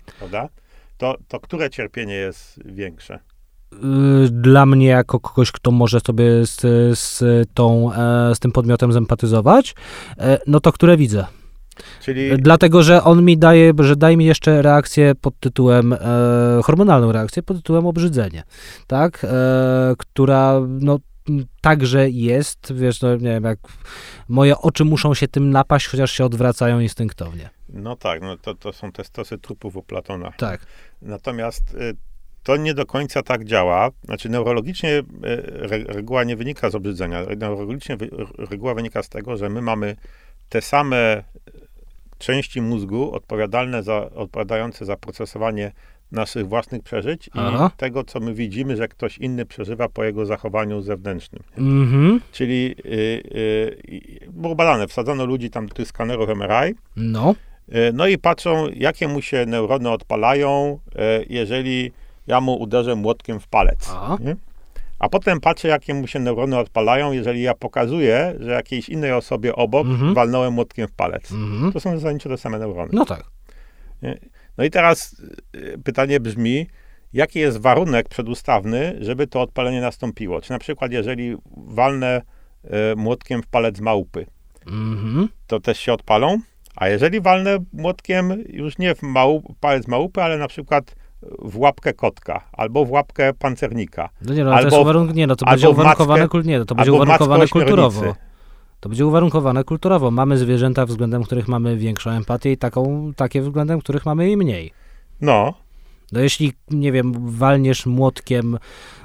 prawda? To które cierpienie jest większe? Dla mnie, jako kogoś, kto może sobie z tym podmiotem zempatyzować, no to które widzę. Czyli... Dlatego, że on mi daje mi jeszcze reakcję pod tytułem, hormonalną reakcję pod tytułem obrzydzenie, tak? Która, no, także jest, wiesz, no, nie wiem, jak moje oczy muszą się tym napaść, chociaż się odwracają instynktownie. No tak, no to są te stosy trupów u Platona. Tak. Natomiast to nie do końca tak działa. Znaczy neurologicznie reguła nie wynika z obrzydzenia. Neurologicznie reguła wynika z tego, że my mamy te same części mózgu odpowiadające za procesowanie naszych własnych przeżyć i tego, co my widzimy, że ktoś inny przeżywa po jego zachowaniu zewnętrznym. Czyli było badane, wsadzono ludzi tam do tych skanerów MRI, no i patrzą, jakie mu się neurony odpalają, jeżeli ja mu uderzę młotkiem w palec. A potem patrzę, jakie mu się neurony odpalają, jeżeli ja pokazuję, że jakiejś innej osobie obok walnąłem młotkiem w palec. To są zasadniczo te same neurony. No tak. No i teraz pytanie brzmi, jaki jest warunek przedustawny, żeby to odpalenie nastąpiło? Czy na przykład, jeżeli walnę młotkiem w palec małpy, to też się odpalą? A jeżeli walnę młotkiem już nie w palec małpy, ale na przykład w łapkę kotka, albo w łapkę pancernika. No nie, no, albo, to będzie uwarunkowane, to będzie uwarunkowane kulturowo. To będzie uwarunkowane kulturowo. Mamy zwierzęta, względem których mamy większą empatię i takie względem których mamy jej mniej. No. No jeśli, nie wiem, walniesz młotkiem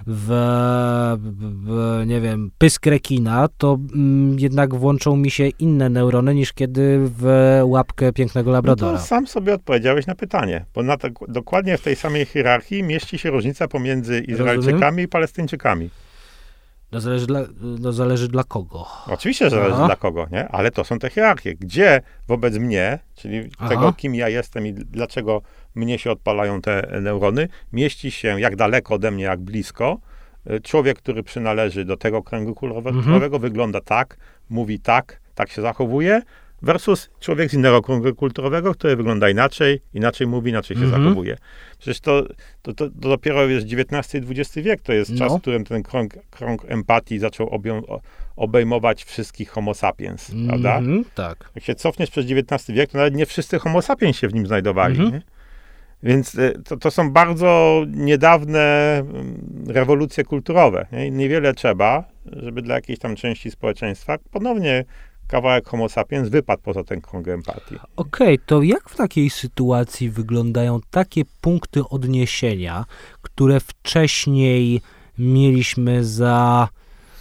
nie wiem, pysk rekina, to jednak włączą mi się inne neurony niż kiedy w łapkę pięknego labradora. No to sam sobie odpowiedziałeś na pytanie, bo dokładnie w tej samej hierarchii mieści się różnica pomiędzy Izraelczykami i Palestyńczykami. Zależy dla kogo. Oczywiście, że zależy dla kogo, nie? Ale to są te hierarchie. Gdzie wobec mnie, czyli tego, kim ja jestem i dlaczego mnie się odpalają te neurony, mieści się jak daleko ode mnie, jak blisko, człowiek, który przynależy do tego kręgu kulturowego, wygląda tak, mówi tak się zachowuje, versus człowiek z innego kręgu kulturowego, który wygląda inaczej mówi, inaczej się zachowuje. Przecież to dopiero jest XIX i XX wiek, to jest czas, w którym ten krąg empatii zaczął obejmować wszystkich homo sapiens, prawda? Tak. Jak się cofniesz przez XIX wiek, to nawet nie wszyscy homo sapiens się w nim znajdowali. Nie? Więc to są bardzo niedawne rewolucje kulturowe. Nie? Niewiele trzeba, żeby dla jakiejś tam części społeczeństwa ponownie kawałek homo sapiens wypadł poza ten krąg empatii. Okej, to jak w takiej sytuacji wyglądają takie punkty odniesienia, które wcześniej mieliśmy za...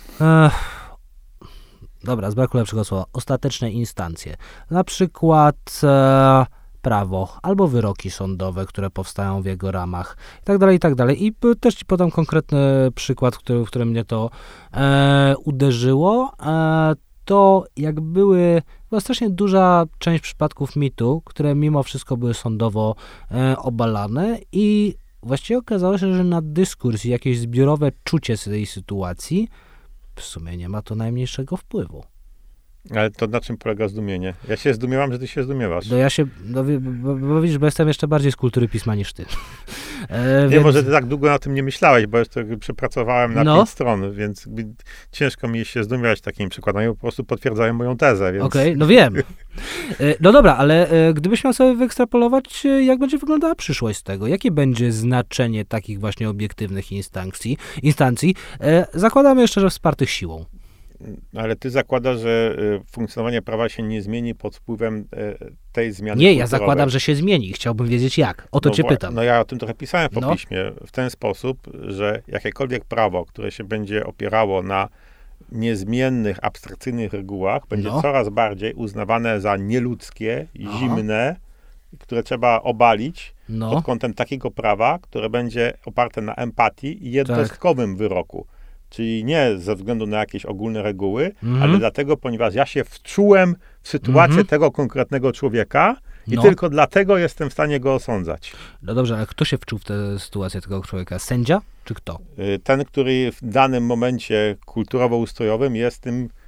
Dobra, zabrakło lepszego słowa. Ostateczne instancje. Na przykład prawo albo wyroki sądowe, które powstają w jego ramach i tak dalej, i tak dalej. I też ci podam konkretny przykład, w którym mnie to uderzyło. To jak była strasznie duża część przypadków mitu, które mimo wszystko były sądowo obalane i właściwie okazało się, że na dyskurs i jakieś zbiorowe czucie z tej sytuacji w sumie nie ma to najmniejszego wpływu. Ale to na czym polega zdumienie? Ja się zdumiewam, że ty się zdumiewasz. Bo widzisz, bo jestem jeszcze bardziej z kultury pisma niż ty. Nie, może ty tak długo na tym nie myślałeś, bo jeszcze przepracowałem na 5 stron, więc ciężko mi się zdumiewać takimi przykładami, po prostu potwierdzają moją tezę. Więc... Okej, no wiem. No dobra, ale gdybyś miał sobie wyekstrapolować, jak będzie wyglądała przyszłość z tego? Jakie będzie znaczenie takich właśnie obiektywnych instancji? Zakładamy jeszcze, że wspartych siłą. Ale ty zakładasz, że funkcjonowanie prawa się nie zmieni pod wpływem tej zmiany Nie, kulturowej. ja zakładam, że się zmieni. Chciałbym wiedzieć jak. O to cię pytam. No ja o tym trochę pisałem po piśmie. W ten sposób, że jakiekolwiek prawo, które się będzie opierało na niezmiennych, abstrakcyjnych regułach, będzie coraz bardziej uznawane za nieludzkie, zimne, które trzeba obalić pod kątem takiego prawa, które będzie oparte na empatii i jednostkowym wyroku. Czyli nie ze względu na jakieś ogólne reguły, ale dlatego, ponieważ ja się wczułem w sytuację tego konkretnego człowieka i tylko dlatego jestem w stanie go osądzać. No dobrze, ale kto się wczuł w tę sytuację tego człowieka? Sędzia czy kto? Ten, który w danym momencie kulturowo-ustrojowym jest tym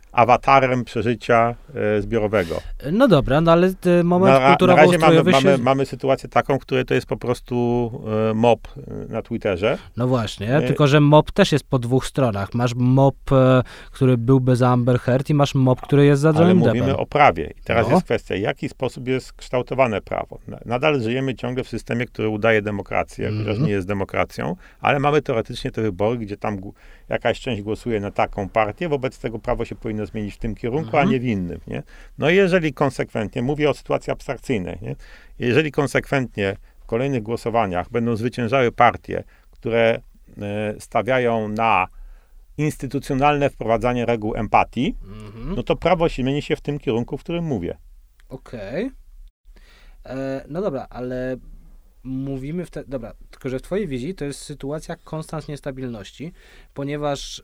awatarem przeżycia zbiorowego. No dobra, no ale moment Na razie kulturowo-ustrojowy mamy sytuację taką, w której to jest po prostu mob na Twitterze. No właśnie, tylko że mob też jest po dwóch stronach. Masz mob, który był bez Amber Heard i masz mob, który jest za Johnnym Deppem. Ale mówimy o prawie. I teraz jest kwestia, w jaki sposób jest kształtowane prawo. Nadal żyjemy ciągle w systemie, który udaje demokrację, chociaż nie jest demokracją, ale mamy teoretycznie te wybory, gdzie tam jakaś część głosuje na taką partię, wobec tego prawo się powinno zmienić w tym kierunku, a nie w innym. Nie? No i jeżeli konsekwentnie, mówię o sytuacji abstrakcyjnej, nie? Jeżeli konsekwentnie w kolejnych głosowaniach będą zwyciężały partie, które stawiają na instytucjonalne wprowadzanie reguł empatii, no to prawo zmieni się w tym kierunku, w którym mówię. Okej. No dobra, ale mówimy dobra, tylko że w twojej wizji to jest sytuacja konstans niestabilności, ponieważ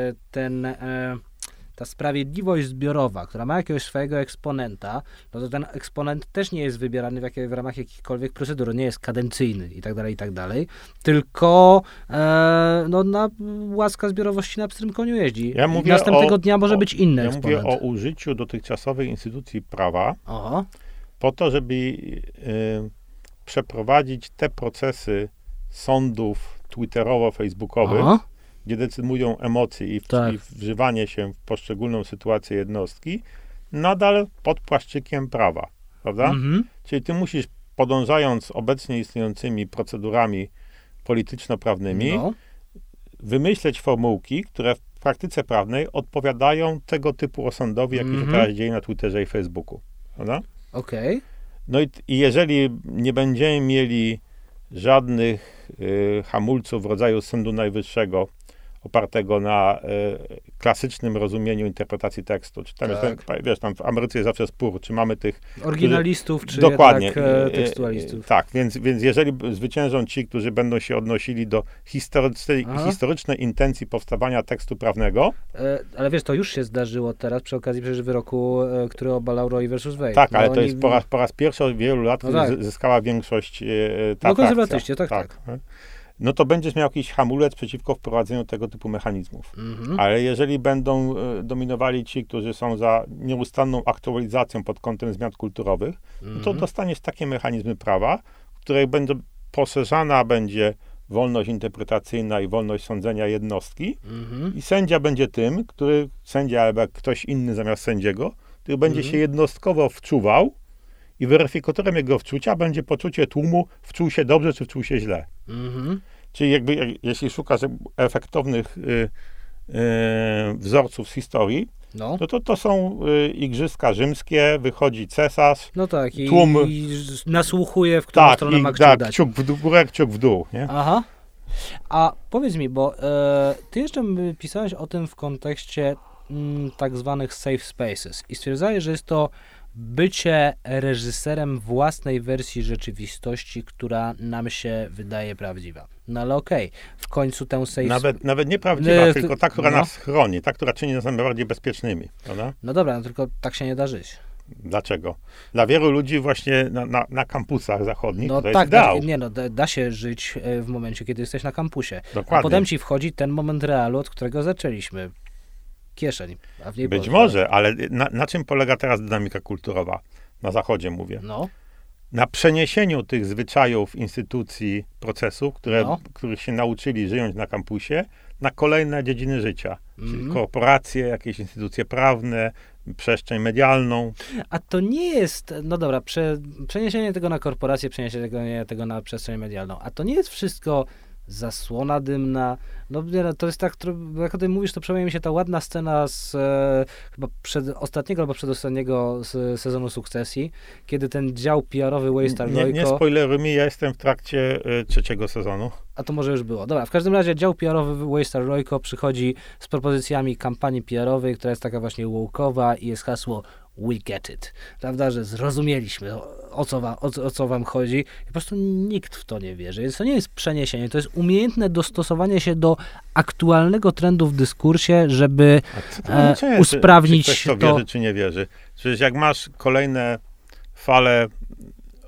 ta sprawiedliwość zbiorowa, która ma jakiegoś swojego eksponenta, no to ten eksponent też nie jest wybierany w ramach jakichkolwiek procedur, nie jest kadencyjny i tak dalej, tylko na łaska zbiorowości na pstrym koniu jeździ. Ja mówię następnego dnia może być inny eksponent. Ja mówię o użyciu dotychczasowej instytucji prawa po to, żeby przeprowadzić te procesy sądów twitterowo-facebookowych, gdzie decydują emocje i wżywanie się w poszczególną sytuację jednostki, nadal pod płaszczykiem prawa, prawda? Czyli ty musisz, podążając obecnie istniejącymi procedurami polityczno-prawnymi, wymyśleć formułki, które w praktyce prawnej odpowiadają tego typu osądowi, jaki się teraz dzieje na Twitterze i Facebooku, prawda? Okej. No i jeżeli nie będziemy mieli żadnych hamulców w rodzaju Sądu Najwyższego opartego na klasycznym rozumieniu interpretacji tekstu, czy tam jest, tam w Ameryce jest zawsze spór, czy mamy tych oryginalistów, czy dokładnie, jednak tekstualistów. Tak, więc jeżeli zwyciężą ci, którzy będą się odnosili do historycznej intencji powstawania tekstu prawnego. Ale wiesz, to już się zdarzyło teraz przy okazji przecież wyroku, który obalał Roe versus Wade. Tak, ale to jest po raz pierwszy od wielu lat zyskała większość ta konserwatyści, tak. No to będziesz miał jakiś hamulec przeciwko wprowadzeniu tego typu mechanizmów. Ale jeżeli będą dominowali ci, którzy są za nieustanną aktualizacją pod kątem zmian kulturowych, no to dostaniesz takie mechanizmy prawa, w których poszerzana będzie wolność interpretacyjna i wolność sądzenia jednostki i sędzia będzie tym, sędzia albo ktoś inny zamiast sędziego, który będzie się jednostkowo wczuwał i weryfikatorem jego wczucia będzie poczucie tłumu, wczuł się dobrze, czy wczuł się źle. Czyli jeśli szukasz efektownych wzorców z historii, to są igrzyska rzymskie, wychodzi cesarz, tłum, i nasłuchuje, w którą stronę ma kciuk dać. Kciuk w górę, kciuk w dół. Nie? Aha. A powiedz mi, bo ty jeszcze pisałeś o tym w kontekście tak zwanych safe spaces i stwierdzałeś, że jest to bycie reżyserem własnej wersji rzeczywistości, która nam się wydaje prawdziwa. No ale okej, w końcu tę safe... Nawet nie prawdziwa, tylko ta, która nas chroni, ta, która czyni nas najbardziej bezpiecznymi, prawda? No dobra, tylko tak się nie da żyć. Dlaczego? Dla wielu ludzi właśnie na kampusach zachodnich to jest ideał. Da się żyć w momencie, kiedy jesteś na kampusie. Dokładnie. A potem ci wchodzi ten moment realu, od którego zaczęliśmy. Kieszeń. A w niej Być może, ale na czym polega teraz dynamika kulturowa? Na Zachodzie mówię. Na przeniesieniu tych zwyczajów, instytucji, procesów, których się nauczyli żyjąc na kampusie, na kolejne dziedziny życia. Czyli korporacje, jakieś instytucje prawne, przestrzeń medialną. A to nie jest, no dobra, przeniesienie tego na korporacje, przeniesienie tego na przestrzeń medialną, a to nie jest wszystko zasłona dymna. No to jest tak, jak o tym mówisz, to przypomina mi się ta ładna scena z chyba ostatniego albo przedostatniego sezonu Sukcesji, kiedy ten dział PR-owy Waystar Royco... Nie spoileruj mi, ja jestem w trakcie trzeciego sezonu. A to może już było. Dobra, w każdym razie dział PR-owy Waystar Royco przychodzi z propozycjami kampanii PR-owej, która jest taka właśnie woke'owa i jest hasło "We get it". Prawda, że zrozumieliśmy, o co wam chodzi. I po prostu nikt w to nie wierzy. Więc to nie jest przeniesienie, to jest umiejętne dostosowanie się do aktualnego trendu w dyskursie, żeby usprawnić czy ktoś to wierzy, czy nie wierzy. Przecież jak masz kolejne fale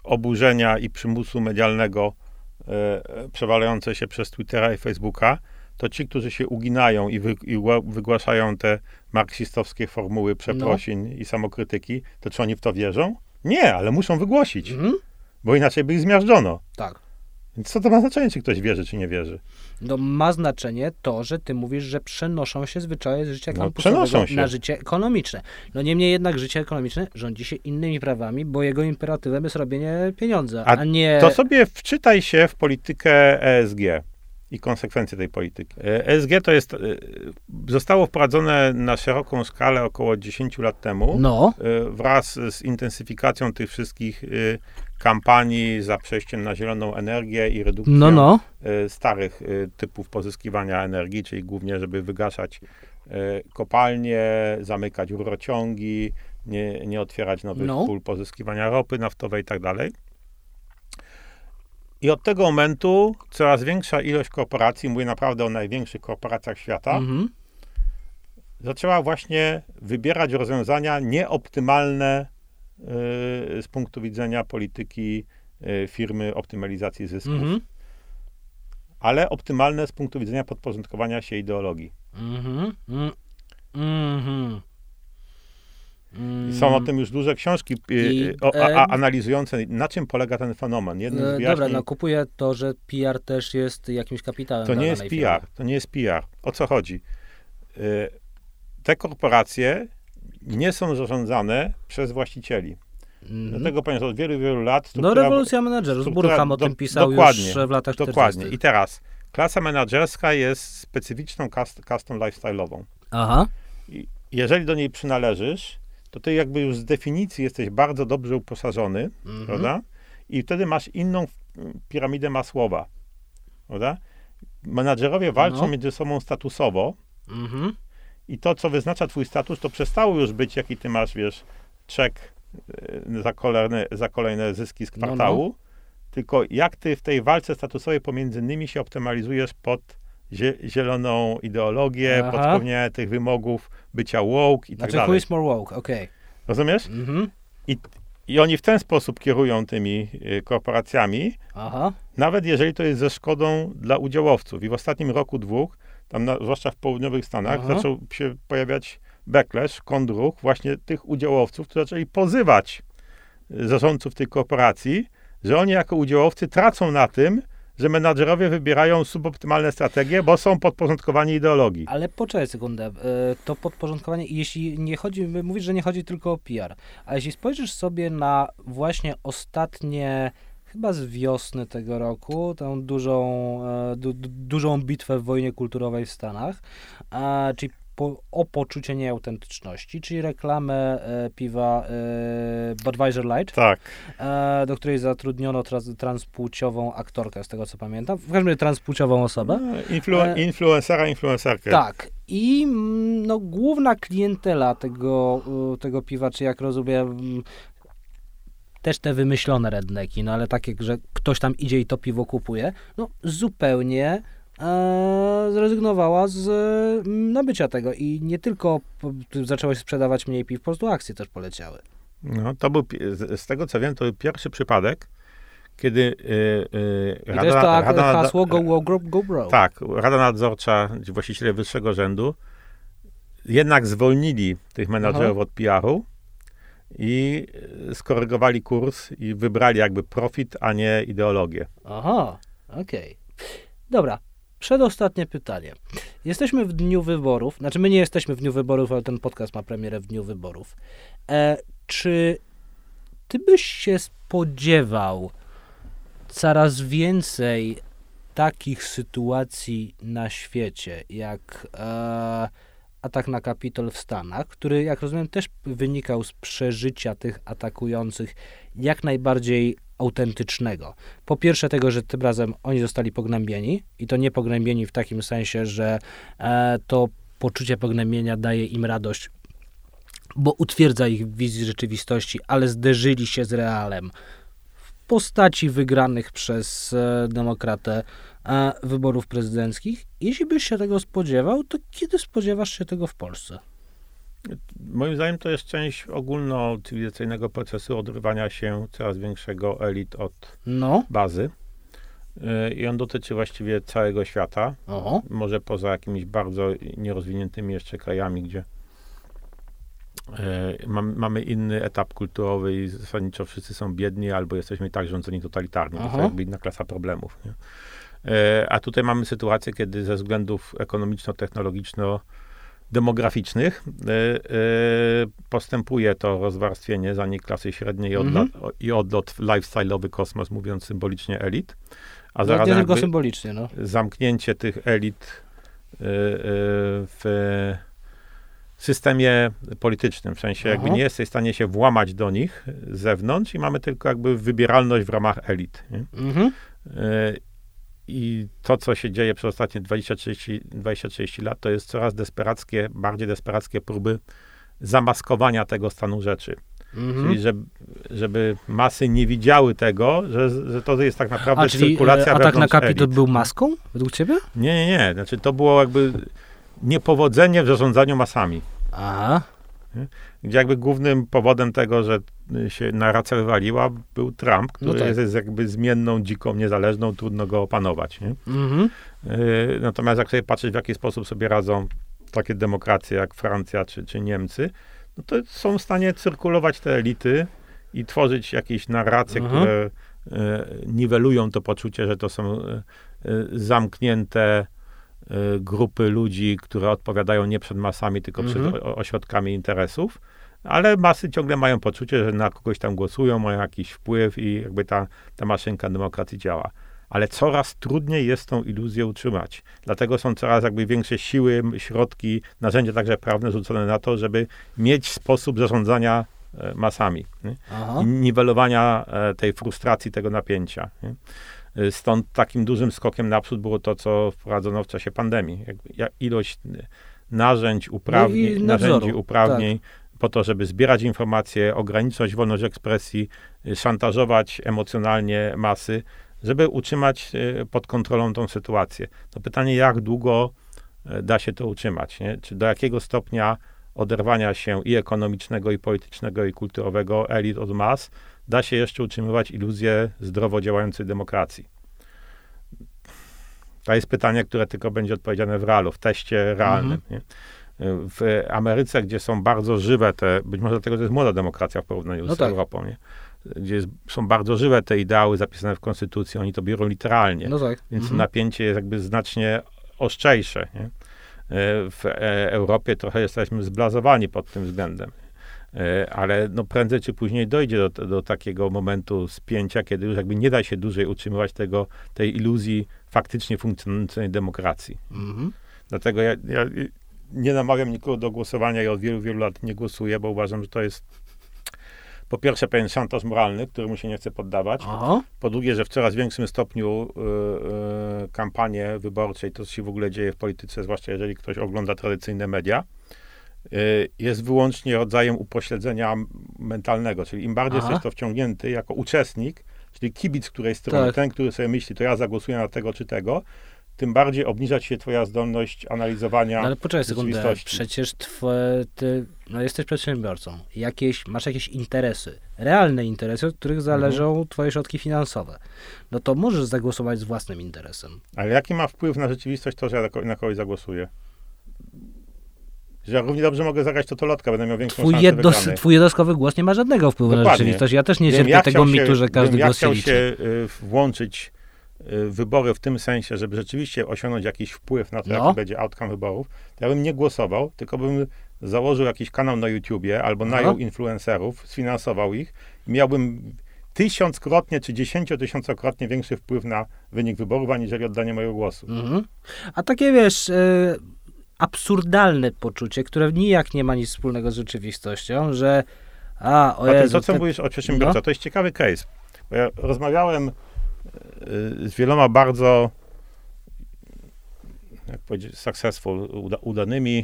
oburzenia i przymusu medialnego przewalające się przez Twittera i Facebooka, to ci, którzy się uginają i wygłaszają te marksistowskie formuły przeprosin i samokrytyki, to czy oni w to wierzą? Nie, ale muszą wygłosić, bo inaczej by ich zmiażdżono. Tak. Więc co to ma znaczenie, czy ktoś wierzy, czy nie wierzy? No ma znaczenie to, że ty mówisz, że przenoszą się zwyczaje z życia kampusowego na życie ekonomiczne. No niemniej jednak życie ekonomiczne rządzi się innymi prawami, bo jego imperatywem jest robienie pieniądza, a nie... To sobie wczytaj się w politykę ESG i konsekwencje tej polityki. ESG to jest, zostało wprowadzone na szeroką skalę około 10 lat temu, wraz z intensyfikacją tych wszystkich kampanii za przejściem na zieloną energię i redukcją starych typów pozyskiwania energii, czyli głównie, żeby wygaszać kopalnie, zamykać rurociągi, nie otwierać nowych pól pozyskiwania ropy naftowej i tak dalej. I od tego momentu coraz większa ilość korporacji, mówię naprawdę o największych korporacjach świata, zaczęła właśnie wybierać rozwiązania nieoptymalne z punktu widzenia polityki firmy, optymalizacji zysków, ale optymalne z punktu widzenia podporządkowania się ideologii. I są o tym już duże książki analizujące, na czym polega ten fenomen. Dobra, kupuję to, że PR też jest jakimś kapitałem. To nie jest PR. O co chodzi? Te korporacje nie są zarządzane przez właścicieli. Dlatego, ponieważ od wielu, wielu lat... Rewolucja menedżerów. Burkham o tym pisał już w latach 40. Dokładnie. I teraz klasa menedżerska jest specyficzną kastą lifestyle'ową. Aha. I jeżeli do niej przynależysz, to ty jakby już z definicji jesteś bardzo dobrze uposażony, prawda? I wtedy masz inną piramidę Masłowa, prawda? Menadżerowie walczą między sobą statusowo i to, co wyznacza twój status, to przestało już być, jaki ty masz, wiesz, czek za kolejne zyski z kwartału, tylko jak ty w tej walce statusowej pomiędzy nimi się optymalizujesz pod zieloną ideologię, pod spełnianie tych wymogów bycia woke i tak dalej. Who is more woke, okej. Rozumiesz? I oni w ten sposób kierują tymi korporacjami, nawet jeżeli to jest ze szkodą dla udziałowców. I w ostatnim roku, dwóch, tam zwłaszcza w południowych Stanach, zaczął się pojawiać backlash, kontrruch właśnie tych udziałowców, którzy zaczęli pozywać zarządców tych korporacji, że oni jako udziałowcy tracą na tym, że menadżerowie wybierają suboptymalne strategie, bo są podporządkowani ideologii. Ale poczekaj sekundę. To podporządkowanie, jeśli nie chodzi, mówisz, że nie chodzi tylko o PR, a jeśli spojrzysz sobie na właśnie ostatnie, chyba z wiosny tego roku, tą dużą bitwę w wojnie kulturowej w Stanach, czyli o poczucie nieautentyczności, czyli reklamę piwa Budweiser Light, do której zatrudniono transpłciową aktorkę, z tego co pamiętam, w każdym razie transpłciową osobę. Influencerkę. Tak. I główna klientela tego piwa, czy jak rozumiem, też te wymyślone redneki, ale takie, że ktoś tam idzie i to piwo kupuje, zupełnie zrezygnowała z nabycia tego i nie tylko zaczęło się sprzedawać mniej piw, po prostu akcje też poleciały. To był, z tego co wiem, to był pierwszy przypadek, kiedy to jest to hasło go broke. Tak, Rada Nadzorcza, właściciele wyższego rzędu jednak zwolnili tych menadżerów od PR-u i skorygowali kurs i wybrali jakby profit, a nie ideologię. Okej. Dobra. Przedostatnie pytanie. Jesteśmy w dniu wyborów, znaczy my nie jesteśmy w dniu wyborów, ale ten podcast ma premierę w dniu wyborów. Czy ty byś się spodziewał coraz więcej takich sytuacji na świecie, jak atak na Kapitol w Stanach, który, jak rozumiem, też wynikał z przeżycia tych atakujących jak najbardziej autentycznego. Po pierwsze tego, że tym razem oni zostali pognębieni i to nie pognębieni w takim sensie, że to poczucie pognębienia daje im radość, bo utwierdza ich w wizji rzeczywistości, ale zderzyli się z realem w postaci wygranych przez demokratę wyborów prezydenckich. Jeśli byś się tego spodziewał, to kiedy spodziewasz się tego w Polsce? Moim zdaniem to jest część ogólnocywilizacyjnego procesu odrywania się coraz większego elit od bazy. I on dotyczy właściwie całego świata. Oho. Może poza jakimiś bardzo nierozwiniętymi jeszcze krajami, gdzie mamy inny etap kulturowy i zasadniczo wszyscy są biedni, albo jesteśmy tak rządzeni totalitarnie. To jest jakby inna klasa problemów. Nie? A tutaj mamy sytuację, kiedy ze względów ekonomiczno-technologiczno-demograficznych postępuje to rozwarstwienie, zanik klasy średniej i odlot w lifestyle'owy kosmos, mówiąc symbolicznie elit. A zarazem nie tylko symbolicznie, no. Zamknięcie tych elit w systemie politycznym, w sensie jakby nie jesteś w stanie się włamać do nich z zewnątrz i mamy tylko jakby wybieralność w ramach elit. Nie? I to, co się dzieje przez ostatnie 20-30 lat, to jest coraz bardziej desperackie próby zamaskowania tego stanu rzeczy. Czyli żeby masy nie widziały tego, że to jest tak naprawdę cyrkulacja wewnątrz atak na Kapitol elit. był maską według ciebie? Nie. Znaczy to było jakby niepowodzenie w zarządzaniu masami. Aha. Gdzie jakby głównym powodem tego, że się narracja wywaliła, był Trump, który jest jakby zmienną, dziką, niezależną, trudno go opanować. Nie? Natomiast jak sobie patrzeć, w jaki sposób sobie radzą takie demokracje jak Francja czy Niemcy, no to są w stanie cyrkulować te elity i tworzyć jakieś narracje, które niwelują to poczucie, że to są zamknięte grupy ludzi, które odpowiadają nie przed masami, tylko przed ośrodkami interesów, ale masy ciągle mają poczucie, że na kogoś tam głosują, mają jakiś wpływ i jakby ta maszynka demokracji działa. Ale coraz trudniej jest tą iluzję utrzymać. Dlatego są coraz jakby większe siły, środki, narzędzia także prawne rzucone na to, żeby mieć sposób zarządzania masami. I niwelowania tej frustracji, tego napięcia. Nie? Stąd takim dużym skokiem naprzód było to, co wprowadzono w czasie pandemii. Ilość narzędzi, uprawnień po to, żeby zbierać informacje, ograniczać wolność ekspresji, szantażować emocjonalnie masy, żeby utrzymać pod kontrolą tą sytuację. To pytanie, jak długo da się to utrzymać? Nie? Czy do jakiego stopnia oderwania się i ekonomicznego, i politycznego, i kulturowego elit od mas da się jeszcze utrzymywać iluzję zdrowo działającej demokracji? To jest pytanie, które tylko będzie odpowiedziane w realu, w teście realnym. Nie? W Ameryce, gdzie są bardzo żywe być może dlatego to jest młoda demokracja w porównaniu z Europą, nie? Gdzie są bardzo żywe te ideały zapisane w konstytucji, oni to biorą literalnie. Więc napięcie jest jakby znacznie ostrzejsze. Nie? W Europie trochę jesteśmy zblazowani pod tym względem. Ale no prędzej czy później dojdzie do takiego momentu spięcia, kiedy już jakby nie da się dłużej utrzymywać tej iluzji faktycznie funkcjonującej demokracji. Dlatego ja nie namawiam nikogo do głosowania i od wielu, wielu lat nie głosuję, bo uważam, że to jest po pierwsze pewien szantaż moralny, któremu się nie chce poddawać. Po drugie, że w coraz większym stopniu kampanie wyborcze i to, co się w ogóle dzieje w polityce, zwłaszcza jeżeli ktoś ogląda tradycyjne media, jest wyłącznie rodzajem upośledzenia mentalnego, czyli im bardziej jesteś to wciągnięty jako uczestnik, czyli kibic której strony, ten, który sobie myśli, to ja zagłosuję na tego czy tego, tym bardziej obniżać się twoja zdolność analizowania ale poczekaj sekundę, rzeczywistości. przecież ty jesteś przedsiębiorcą, masz jakieś interesy, realne interesy, od których zależą twoje środki finansowe. No to możesz zagłosować z własnym interesem. Ale jaki ma wpływ na rzeczywistość to, że ja na kogoś zagłosuję? Że ja równie dobrze mogę zagrać totolotka, będę miał większą szansę wygranej. Twój jednostkowy głos nie ma żadnego wpływu na rzeczywistość. Ja też nie cierpię tego mitu, że każdy głos się liczy. Ja chciał się włączyć wybory w tym sensie, żeby rzeczywiście osiągnąć jakiś wpływ na to, jaki będzie outcome wyborów, to ja bym nie głosował, tylko bym założył jakiś kanał na YouTubie albo najął influencerów, sfinansował ich i miałbym 1000-krotnie czy 10-tysiącokrotnie większy wpływ na wynik wyborów, aniżeli oddanie mojego głosu. A takie, wiesz, absurdalne poczucie, które nijak nie ma nic wspólnego z rzeczywistością, że to, co mówisz o przedsiębiorcach, to jest ciekawy case. Bo ja rozmawiałem z wieloma bardzo, jak powiedzieć, successful, udanymi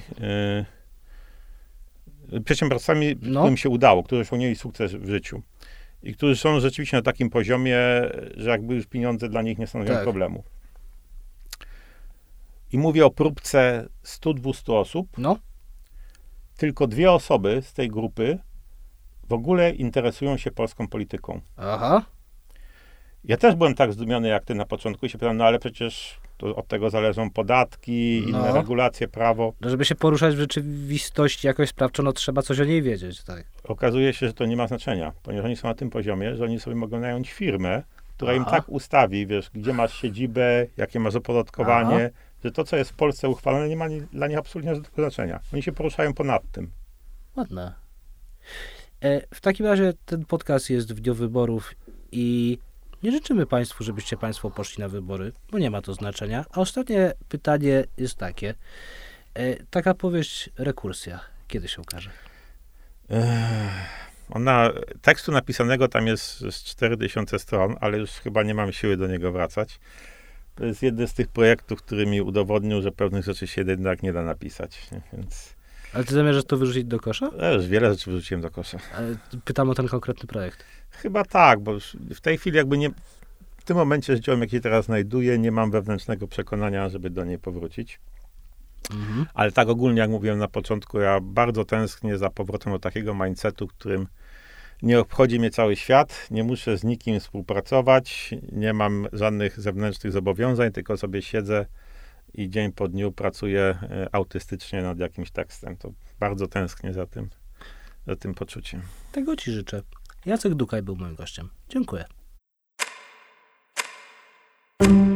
przedsiębiorcami, którym się udało, którzy osiągnęli sukces w życiu i którzy są rzeczywiście na takim poziomie, że jakby już pieniądze dla nich nie stanowią problemu. I mówię o próbce 100-200 osób. Tylko 2 osoby z tej grupy w ogóle interesują się polską polityką. Ja też byłem tak zdumiony jak ty na początku i się pytam, no ale przecież to od tego zależą podatki, inne regulacje, prawo. No, żeby się poruszać w rzeczywistości jakoś sprawczo, no trzeba coś o niej wiedzieć, tak. Okazuje się, że to nie ma znaczenia, ponieważ oni są na tym poziomie, że oni sobie mogą nająć firmę, która im tak ustawi, wiesz, gdzie masz siedzibę, jakie masz opodatkowanie, że to, co jest w Polsce uchwalone, nie ma dla nich absolutnie żadnego znaczenia. Oni się poruszają ponad tym. Ładne. W takim razie ten podcast jest w dniu wyborów i nie życzymy Państwu, żebyście Państwo poszli na wybory, bo nie ma to znaczenia. A ostatnie pytanie jest takie. Taka powieść Rekursja, kiedy się ukaże? Tekstu napisanego tam jest z 4000 stron, ale już chyba nie mam siły do niego wracać. To jest jeden z tych projektów, który mi udowodnił, że pewnych rzeczy się jednak nie da napisać. Nie? Więc... Ale ty zamierzasz to wyrzucić do kosza? Ja już wiele rzeczy wyrzuciłem do kosza. Ale pytam o ten konkretny projekt. Chyba tak, bo już w tej chwili jakby nie... W tym momencie życiowym, jaki się teraz znajduję, nie mam wewnętrznego przekonania, żeby do niej powrócić. Ale tak ogólnie, jak mówiłem na początku, ja bardzo tęsknię za powrotem do takiego mindsetu, w którym nie obchodzi mnie cały świat, nie muszę z nikim współpracować, nie mam żadnych zewnętrznych zobowiązań, tylko sobie siedzę i dzień po dniu pracuję autystycznie nad jakimś tekstem. To bardzo tęsknię za tym poczuciem. Tego ci życzę. Jacek Dukaj był moim gościem. Dziękuję.